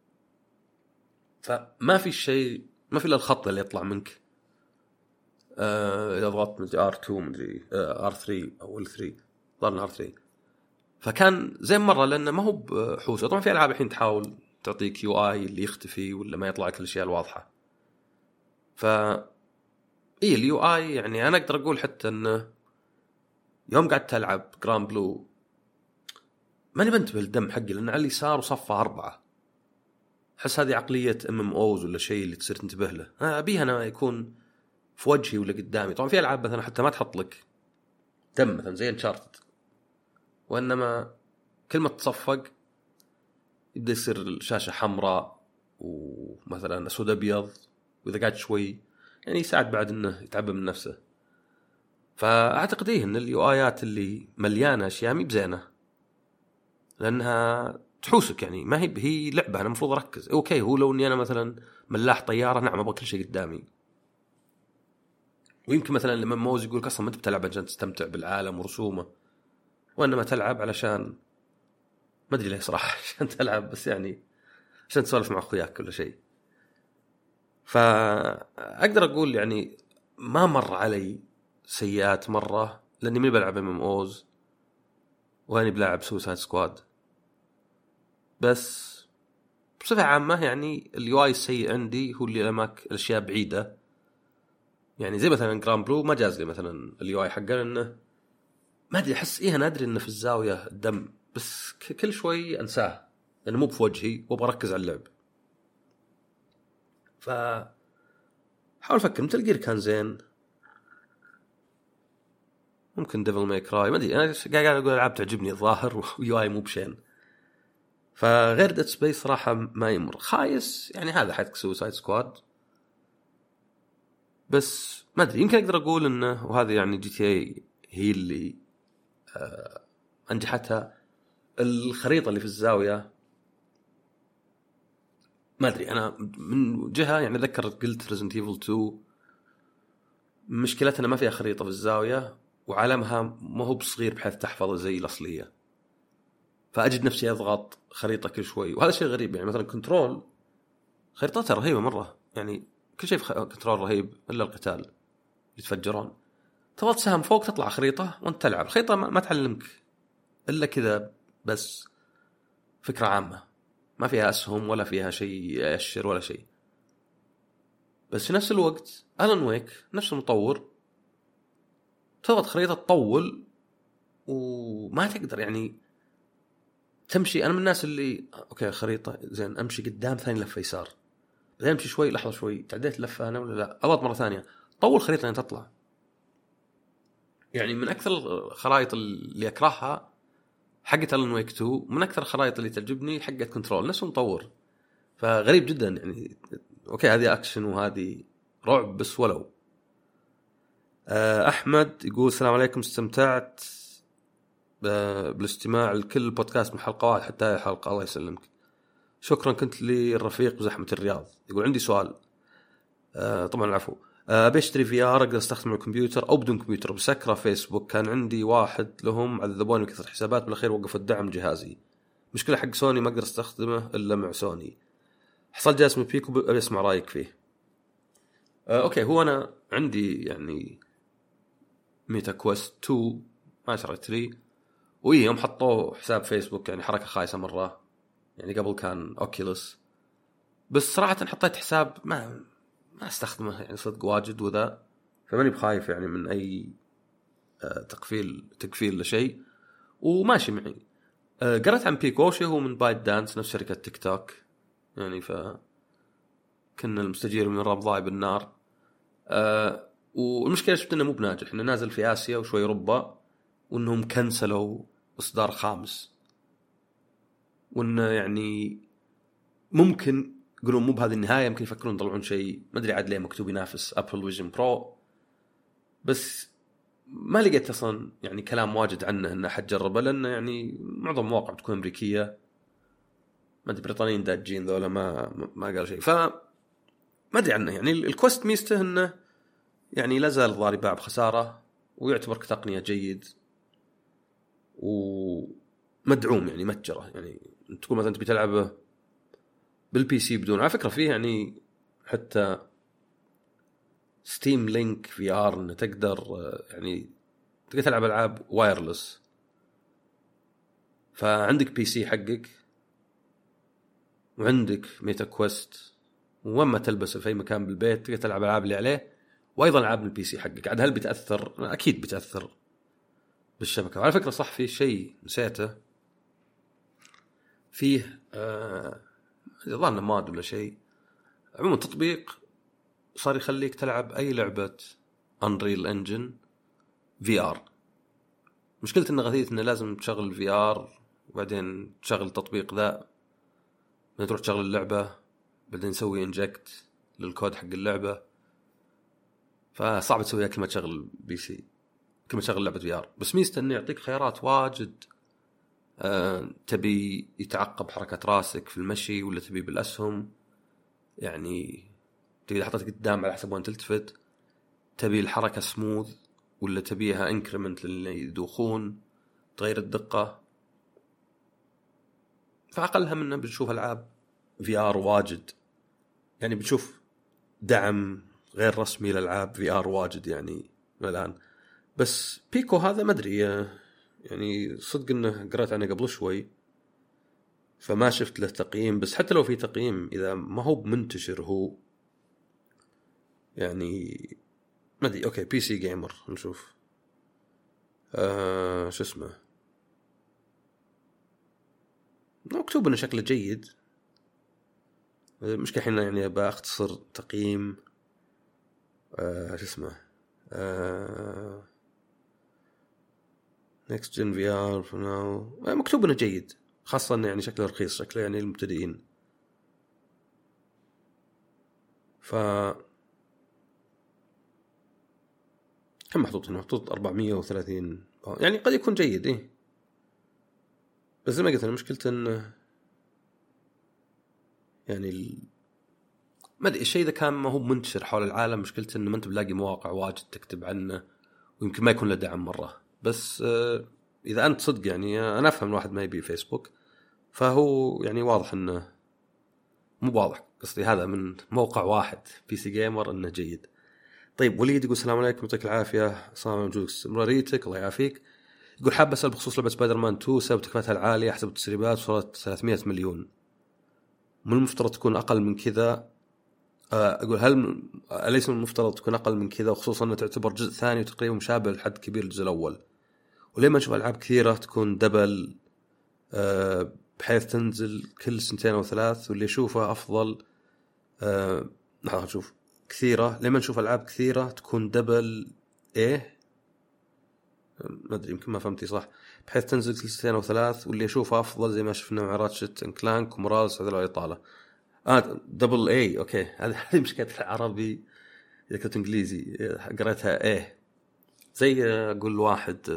فما في شيء ما في إلا الخط اللي يطلع منك آه إذا ضغطت من آر تو مدري آه آر ثري أو إل ثري ضرنا آر ثري. فكان زين مرة لأنه ما هو بحوسة. طبعا في ألعاب الحين تحاول تعطيك يو آي اللي يختفي ولا ما يطلع كل الأشياء الواضحة. ف إيه اليو آي يعني أنا أقدر أقول حتى أنه يوم قعدت ألعب جران بلو ماني بنتبه للدم حقي لأن على اليسار وصفه أربعة. أحس هذه عقلية ام ام اوز ولا شيء اللي تصير تنتبه له. أبيها أنا يكون في وجهي ولا قدامي. طبعا في ألعاب مثلا حتى ما تحط لك دم مثلا زي انشارتد، وإنما كل ما تصفق يبدأ يصير الشاشة حمراء ومثلا أسود أبيض، وإذا قاعد شوي يعني يساعد بعد إنه يتعبى من نفسه. فأعتقد إيه إن اليو آيات اللي مليانة أشياء مي بزينة لأنها تحوسك، يعني ما هي هي لعبة أنا مفروض أركز. أوكي هو لو إني أنا مثلا ملاح طيارة نعم أبغى كل شيء قدامي، ويمكن مثلا لما موز يقولك أصلا ما أنت بتلعب عشان تستمتع بالعالم ورسومه، وإنما تلعب علشان ما أدري ليه صراحة عشان تلعب بس يعني عشان تسولف مع أخوياك كل شيء. فأقدر أقول يعني ما مر علي سيئات مرة لأني مي بلعب ام ام اوز وأني بلعب سوسايد سكواد. بس بصفة عامة يعني اليو اي السيء عندي هو اللي لمك الأشياء بعيدة، يعني زي مثلا جران بلو ما جاز لي مثلا اليو اي حقه لأنه ما أدري أحس إيه أنا أدري إنه في الزاوية الدم بس كل شوي أنساه لأنه مو بوجهي وأبغى أركز على اللعب. ف حاول أفكر مثل جير كان زين، ممكن ديفل ماي كراي ما أدري. أنا قاعد أقول ألعاب تعجبني الظاهر ويو اي مو بشين. فغير ديد سبيس صراحة ما يمر خايس يعني هذا حدك سوسايد سكواد. بس ما أدري يمكن أقدر أقول إنه وهذا يعني جي تي اي هي اللي آه أنجحتها الخريطة اللي في الزاوية. ما أدري أنا من جهة يعني ذكرت قلت ريزنت ايفل تو مشكلتنا ما فيها خريطة في الزاوية وعالمها ما هو بصغير بحيث تحفظ زي الأصلية، فأجد نفسي أضغط خريطة كل شوي وهذا شيء غريب. يعني مثلا كنترول خريطتها رهيبة مرة، يعني كل شيء في كنترول رهيب إلا القتال يتفجرون. تضغط سهم فوق تطلع خريطة وانت تلعب خريطة ما تعلمك إلا كذا، بس فكرة عامة ما فيها أسهم ولا فيها شيء يأشر ولا شيء. بس في نفس الوقت ألان ويك نفس المطور تضغط خريطة تطول وما تقدر يعني تمشي. أنا من الناس اللي أوكي خريطة زين أمشي قدام ثاني لفة يسار بعدين أمشي شوي لحظة شوي تعديت لفة أنا ولا لا أضغط مرة ثانية طول خريطة أن تطلع. يعني من أكثر الخرائط اللي أكرهها حقت ألان ويك تو، من أكثر الخرائط اللي تعجبني حقت كنترول نفسه مطور. فغريب جدا يعني أوكي هذه أكشن وهذه رعب بس ولو. أحمد يقول السلام عليكم استمتعت بالاستماع لكل بودكاست من حلقة واحد حتى هذه الحلقة الله يسلمك شكرا كنت لي الرفيق بزحمة الرياض. يقول عندي سؤال آه طبعا العفو أبي أشتري في آر أقدر أستخدم الكمبيوتر أو بدون كمبيوتر بس أكره فيسبوك كان عندي واحد لهم عذبوني بكثرة حسابات بالأخير وقفوا الدعم جهازي مشكلة حق سوني ما أقدر أستخدمه إلا مع سوني. حصل جاسم بيكو أبي أسمع رأيك فيه. آه أوكي هو أنا عندي يعني ميتا كويست تو ما شريت ثري وإيه يوم حطوا حساب فيسبوك يعني حركة خايسة مرة يعني قبل كان أوكيلوس بس صراحة حطيت حساب ما ما استخدمه يعني صدق واجد وذا فماني بخايف يعني من أي تقفيل تقفيل لشيء وماشي معي. قرأت عن بيكوشي هو من بايت دانس نفس شركة تيك توك يعني ف كنا المستجير من راب ضايب النار. أه والمشكلة شفت إنه مو بناجح إنه نازل في آسيا وشوي أوروبا وإنهم كنسلوا إصدار خامس وإنه يعني ممكن يقولون مو بهذه النهاية يمكن يفكرون يطلعون شيء ما أدري عاد ليه مكتوب ينافس أبل فيجن برو بس ما لقيت أصلا يعني كلام واجد عنه إنه حد جربه لأنه يعني معظم مواقع بتكون أمريكية ما أدري بريطانيين داجين ذولا ما ما قال شيء فما أدري عنه. يعني الكوست ميزته إنه يعني لا زال ضاري باع بخسارة ويعتبر كتقنية جيد ومدعوم يعني متجرة يعني تقول مثلا تبي تلعبه بالبي سي بدون على فكرة فيه يعني حتى ستيم لينك في آر إنه تقدر يعني تقدر تلعب ألعاب وايرلس فعندك بي سي حقك وعندك ميتا كويست وما تلبس في أي مكان بالبيت تقدر تلعب ألعاب اللي عليه وأيضا ألعاب البي سي حقك. عاد هل بتأثر؟ أكيد بتأثر بالشبكة. وعلى فكرة صح في شيء نسيته فيه آه ظن ماد ولا شيء. عموما تطبيق صار يخليك تلعب أي لعبة Unreal Engine في آر. مشكلة إنه غثيث إنه لازم تشغل في آر وبعدين تشغل التطبيق ذا، بعدين تروح تشغل اللعبة، بعدين نسوي انجكت للكود حق اللعبة. فصعب تسويها كل ما تشغل بي سي، كل ما تشغل لعبة في آر. بس ميزته إنه يعطيك خيارات واجد. أه تبي يتعقب حركة راسك في المشي ولا تبي بالأسهم، يعني تبي حطتك قدام على حسب وين تلتفت، تبي الحركة سموث ولا تبيها انكريمنت اللي يدوخون، تغير الدقة. فأقلها منه بنشوف ألعاب في آر واجد، يعني بنشوف دعم غير رسمي للألعاب في آر واجد يعني الآن. بس بيكو هذا ما أدري، يعني صدق إنه قرأت عنه قبل شوي فما شفت له تقييم. بس حتى لو في تقييم إذا ما هو منتشر هو يعني ما أدري. أوكي بي سي جيمر نشوف آه شو اسمه، مكتوب إنه شكله جيد. مش كحين يعني بأختصر تقييم آه شو اسمه آه next gen في آر for now. مكتوب إنه جيد، خاصة إنه يعني شكله رخيص، شكله يعني المبتدئين. ف كم محطوط هنا؟ محطوط أربعمية وثلاثين، يعني قد يكون جيد إيه. بس زي ما قلت أنا مشكلته إنه يعني ال... ما أدري الشيء إذا كان ما هو منتشر حول العالم، مشكلته إنه ما أنت بلاقي مواقع واجد تكتب عنه، ويمكن ما يكون له دعم مرة. بس آه إذا أنت صدق يعني أنا أفهم الواحد ما يبي فيسبوك، فهو يعني واضح إنه مو واضح، قصدي هذا من موقع واحد بي سي جيمر إنه جيد. طيب وليد يقول السلام عليكم يعطيك العافية، صام موجود استمراريتك الله يعافيك. يقول حاب أسأل بخصوص لعبة سبايدر مان تو، سبب تكلفتها العالية حسب التسريبات وصلت ثلاثمية مليون، من المفترض تكون أقل من كذا؟ أقول هل أليس من المفترض تكون أقل من كذا، وخصوصا أنها تعتبر جزء ثاني وتقريبا مشابه لحد كبير الجزء الأول؟ ولما نشوف ألعاب كثيرة تكون دبل بحيث تنزل كل سنتين أو ثلاث، واللي يشوفها أفضل أه نشوف كثيرة لما نشوف ألعاب كثيرة تكون دبل إيه ما أدري يمكن ما فهمتي صح، بحيث تنزل كل سنتين أو ثلاث، واللي يشوفها أفضل زي ما شفنا مع راتشت إن كلانك ومورالز هذول الإطالة. آه دبل إيه أوكي، هذه مشكلة العربي إذا كنت إنجليزي قرأتها إيه، زي أقول واحد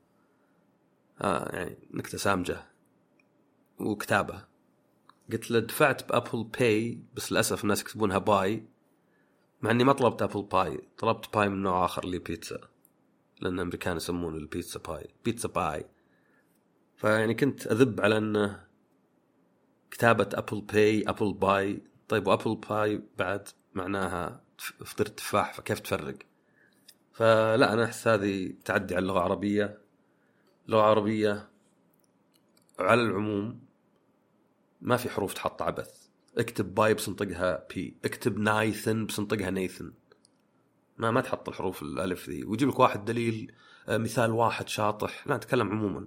آه يعني نكتة سامجة وكتابة، قلت له دفعت بأبل باي بس للأسف الناس يكتبونها باي، مع أني ما طلبت أبل باي، طلبت باي من نوع آخر اللي بيتزا، لأن الأمريكان يسمون البيتزا باي بيتزا باي. فيعني كنت أذب على أن كتابة أبل باي أبل باي. طيب وأبل باي بعد معناها فطير تفاح، فكيف تفرق؟ فلا أنا أحس هذه تعدي على اللغة العربية. اللغة العربية على العموم ما في حروف تحط عبث، اكتب باي بسنطقها بي، اكتب نايثن بسنطقها نيثن، ما ما تحط الحروف الألف ذي ويجيب لك واحد دليل مثال واحد شاطح. لا نتكلم عموما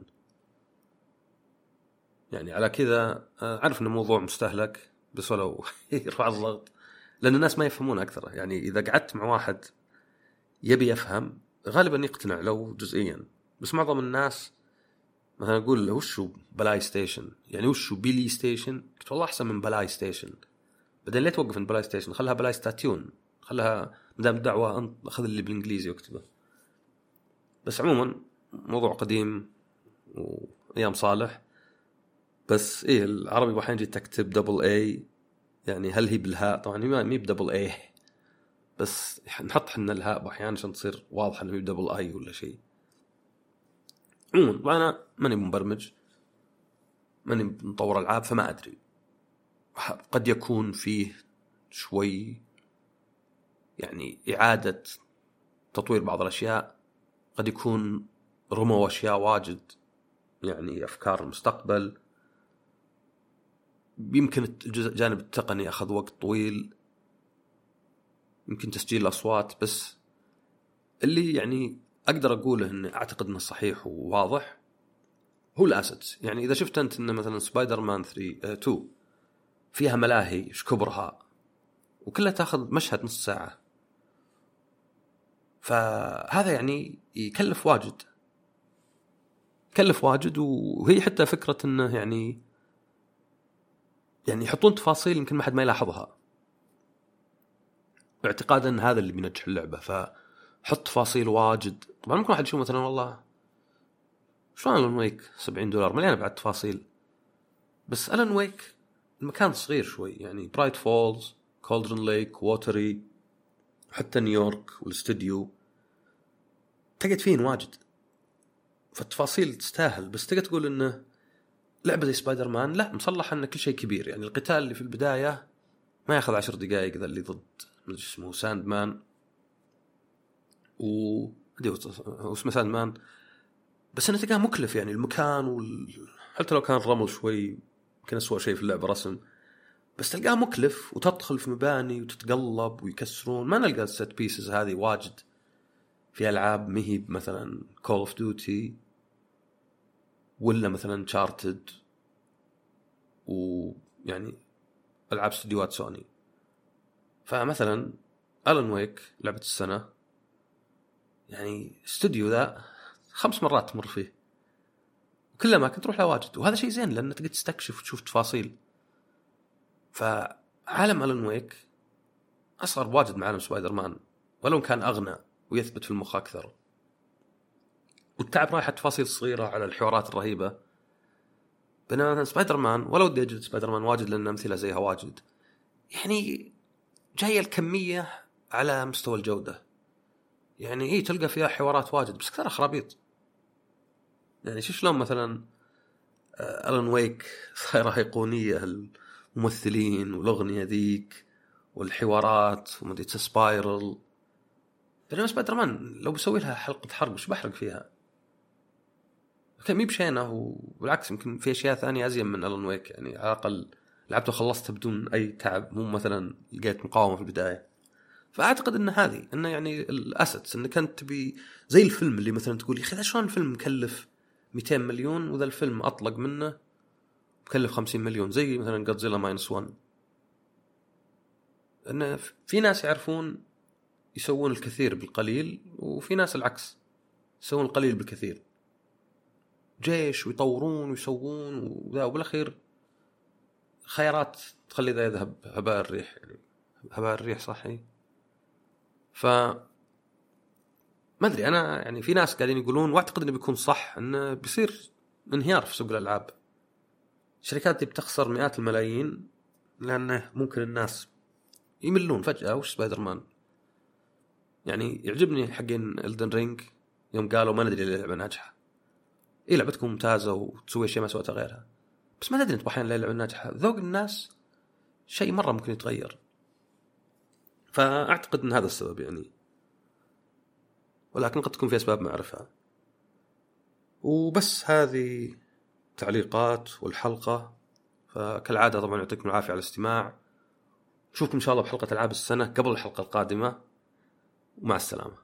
يعني. على كذا عارف إن الموضوع مستهلك بس ولو يرفع الضغط، لأن الناس ما يفهمون أكثر. يعني إذا قعدت مع واحد يبي يفهم غالبا يقتنع لو جزئيا، بس معظم الناس مثلا أقول له وشو بلاي ستيشن، يعني وشو بيلي ستيشن، قلت والله أحسن من بلاي ستيشن. بعدين ليه توقف من بلاي ستيشن؟ خلها بلاي ستاتيون، خلها مدام الدعوة أخذ اللي بالإنجليزي واكتبه. بس عموما موضوع قديم وأيام صالح. بس إيه العربي بحين جي تكتب دبل اي، يعني هل هي بالهاء؟ طبعا ما مي بدبل اي، بس نحط حنا الهاء بأحيان عشان تصير واضحة إنه بدبل اي ولا شيء. عموما أنا ماني مبرمج، ماني مطور ألعاب، فما أدري. قد يكون فيه شوي يعني إعادة تطوير بعض الأشياء، قد يكون رموا أشياء واجد يعني أفكار المستقبل، يمكن الجانب التقني أخذ وقت طويل، يمكن تسجيل الأصوات. بس اللي يعني أقدر أقوله إنه أعتقد إنه صحيح وواضح هو الاسيتس. يعني اذا شفت انت ان مثلا سبايدر مان ثري تو فيها ملاهي ايش كبرها وكلها تاخذ مشهد نص ساعه، فهذا يعني يكلف واجد يكلف واجد وهي حتى فكره انه يعني يعني يحطون تفاصيل يمكن ما حد ما يلاحظها، باعتقاد ان هذا اللي بينجح اللعبه. فحط تفاصيل واجد. طبعا ممكن واحد يشوف مثلا والله شلون ألان ويك سبعين دولار مليانه بعد تفاصيل، بس ألان ويك المكان صغير شوي، يعني برايت فولز، كولدرن ليك، ووتري، حتى نيويورك والاستوديو تقعد فين واجد، فالتفاصيل تستاهل. بس تقدر تقول انه لعبه زي سبايدر مان لا مصلح ان كل شيء كبير. يعني القتال اللي في البدايه ما ياخذ عشر دقائق ذا اللي ضد من اسمه ساند مان و اسمه ساند مان، بس انه تلقاه مكلف. يعني المكان وال... حتى لو كان رمل شوي يمكن أسوأ شيء في اللعبه رسم، بس تلقاه مكلف وتدخل في مباني وتتقلب ويكسرون. ما نلقى السيت بيسز هذه واجد في ألعاب مهيب مثلا كول اوف ديوتي ولا مثلا تشارتد ويعني ألعاب استديوهات سوني. فمثلا ألان ويك لعبة السنة، يعني استوديو ذا خمس مرات تمر فيه وكلها ما كنت تروح له واجد، وهذا شيء زين لأنه تقدر تستكشف وتشوف تفاصيل. فعالم ألان ويك أصغر واجد من عالم سبايدر مان ولو كان أغنى ويثبت في المخ أكثر، والتعب رايح تفاصيل صغيرة على الحوارات الرهيبة. بينما مثلا سبايدر مان ولو ودي أجد سبايدر مان واجد لأن أمثلة زيها واجد، يعني جاية الكمية على مستوى الجودة. يعني إيه تلقى فيها حوارات واجد بس كثير خرابيط. يعني شو شلون مثلا ألان ويك صايرة أيقونية، الممثلين والأغنية ذيك والحوارات ومدري سبايرل. بينما سبايدر مان لو بسوي لها حلقة حرق وش بحرق فيها؟ كان مي بشينه، وبالعكس يمكن في أشياء ثانية أزين من ألان ويك. يعني على الأقل لعبته وخلصتها بدون أي تعب، مو مثلا لقيت مقاومة في البداية. فأعتقد أن هذه أنه يعني الأسيتس أنك أنت تبي زي الفيلم اللي مثلا تقول يا أخي ذا شلون الفيلم مكلف مئتين مليون وذا الفيلم أطلق منه مكلف خمسين مليون، زي مثلا جودزيلا ماينس وان. أن في ناس يعرفون يسوون الكثير بالقليل وفي ناس العكس يسوون القليل بالكثير، جيش ويطورون ويسوون وذا، وبالأخير خيارات تخلي ذا يذهب هباء الريح. يعني هباء الريح صحي. ف ما أدري أنا، يعني في ناس قاعدين يقولون واعتقد إنه بيكون صح إنه بيصير انهيار في سوق الألعاب. الشركات دي بتخسر مئات الملايين لأنه ممكن الناس يملون فجأة. وش سبايدر مان يعني يعجبني حقين إلدن رينج يوم قالوا ما ندري اللعبة ناجحة. إيه لعبتكم ممتازة وتسوي شيء ما سويته غيرها، بس ما تدري أنت بحين اللعبة ناجحة. ذوق الناس شيء مرة ممكن يتغير. فأعتقد أن هذا السبب يعني، ولكن قد تكون في أسباب ما أعرفها. وبس هذه تعليقات والحلقة. فكالعادة طبعا يعطيكم العافية على الاستماع. نشوفكم إن شاء الله بحلقة ألعاب السنة قبل الحلقة القادمة، ومع السلامة.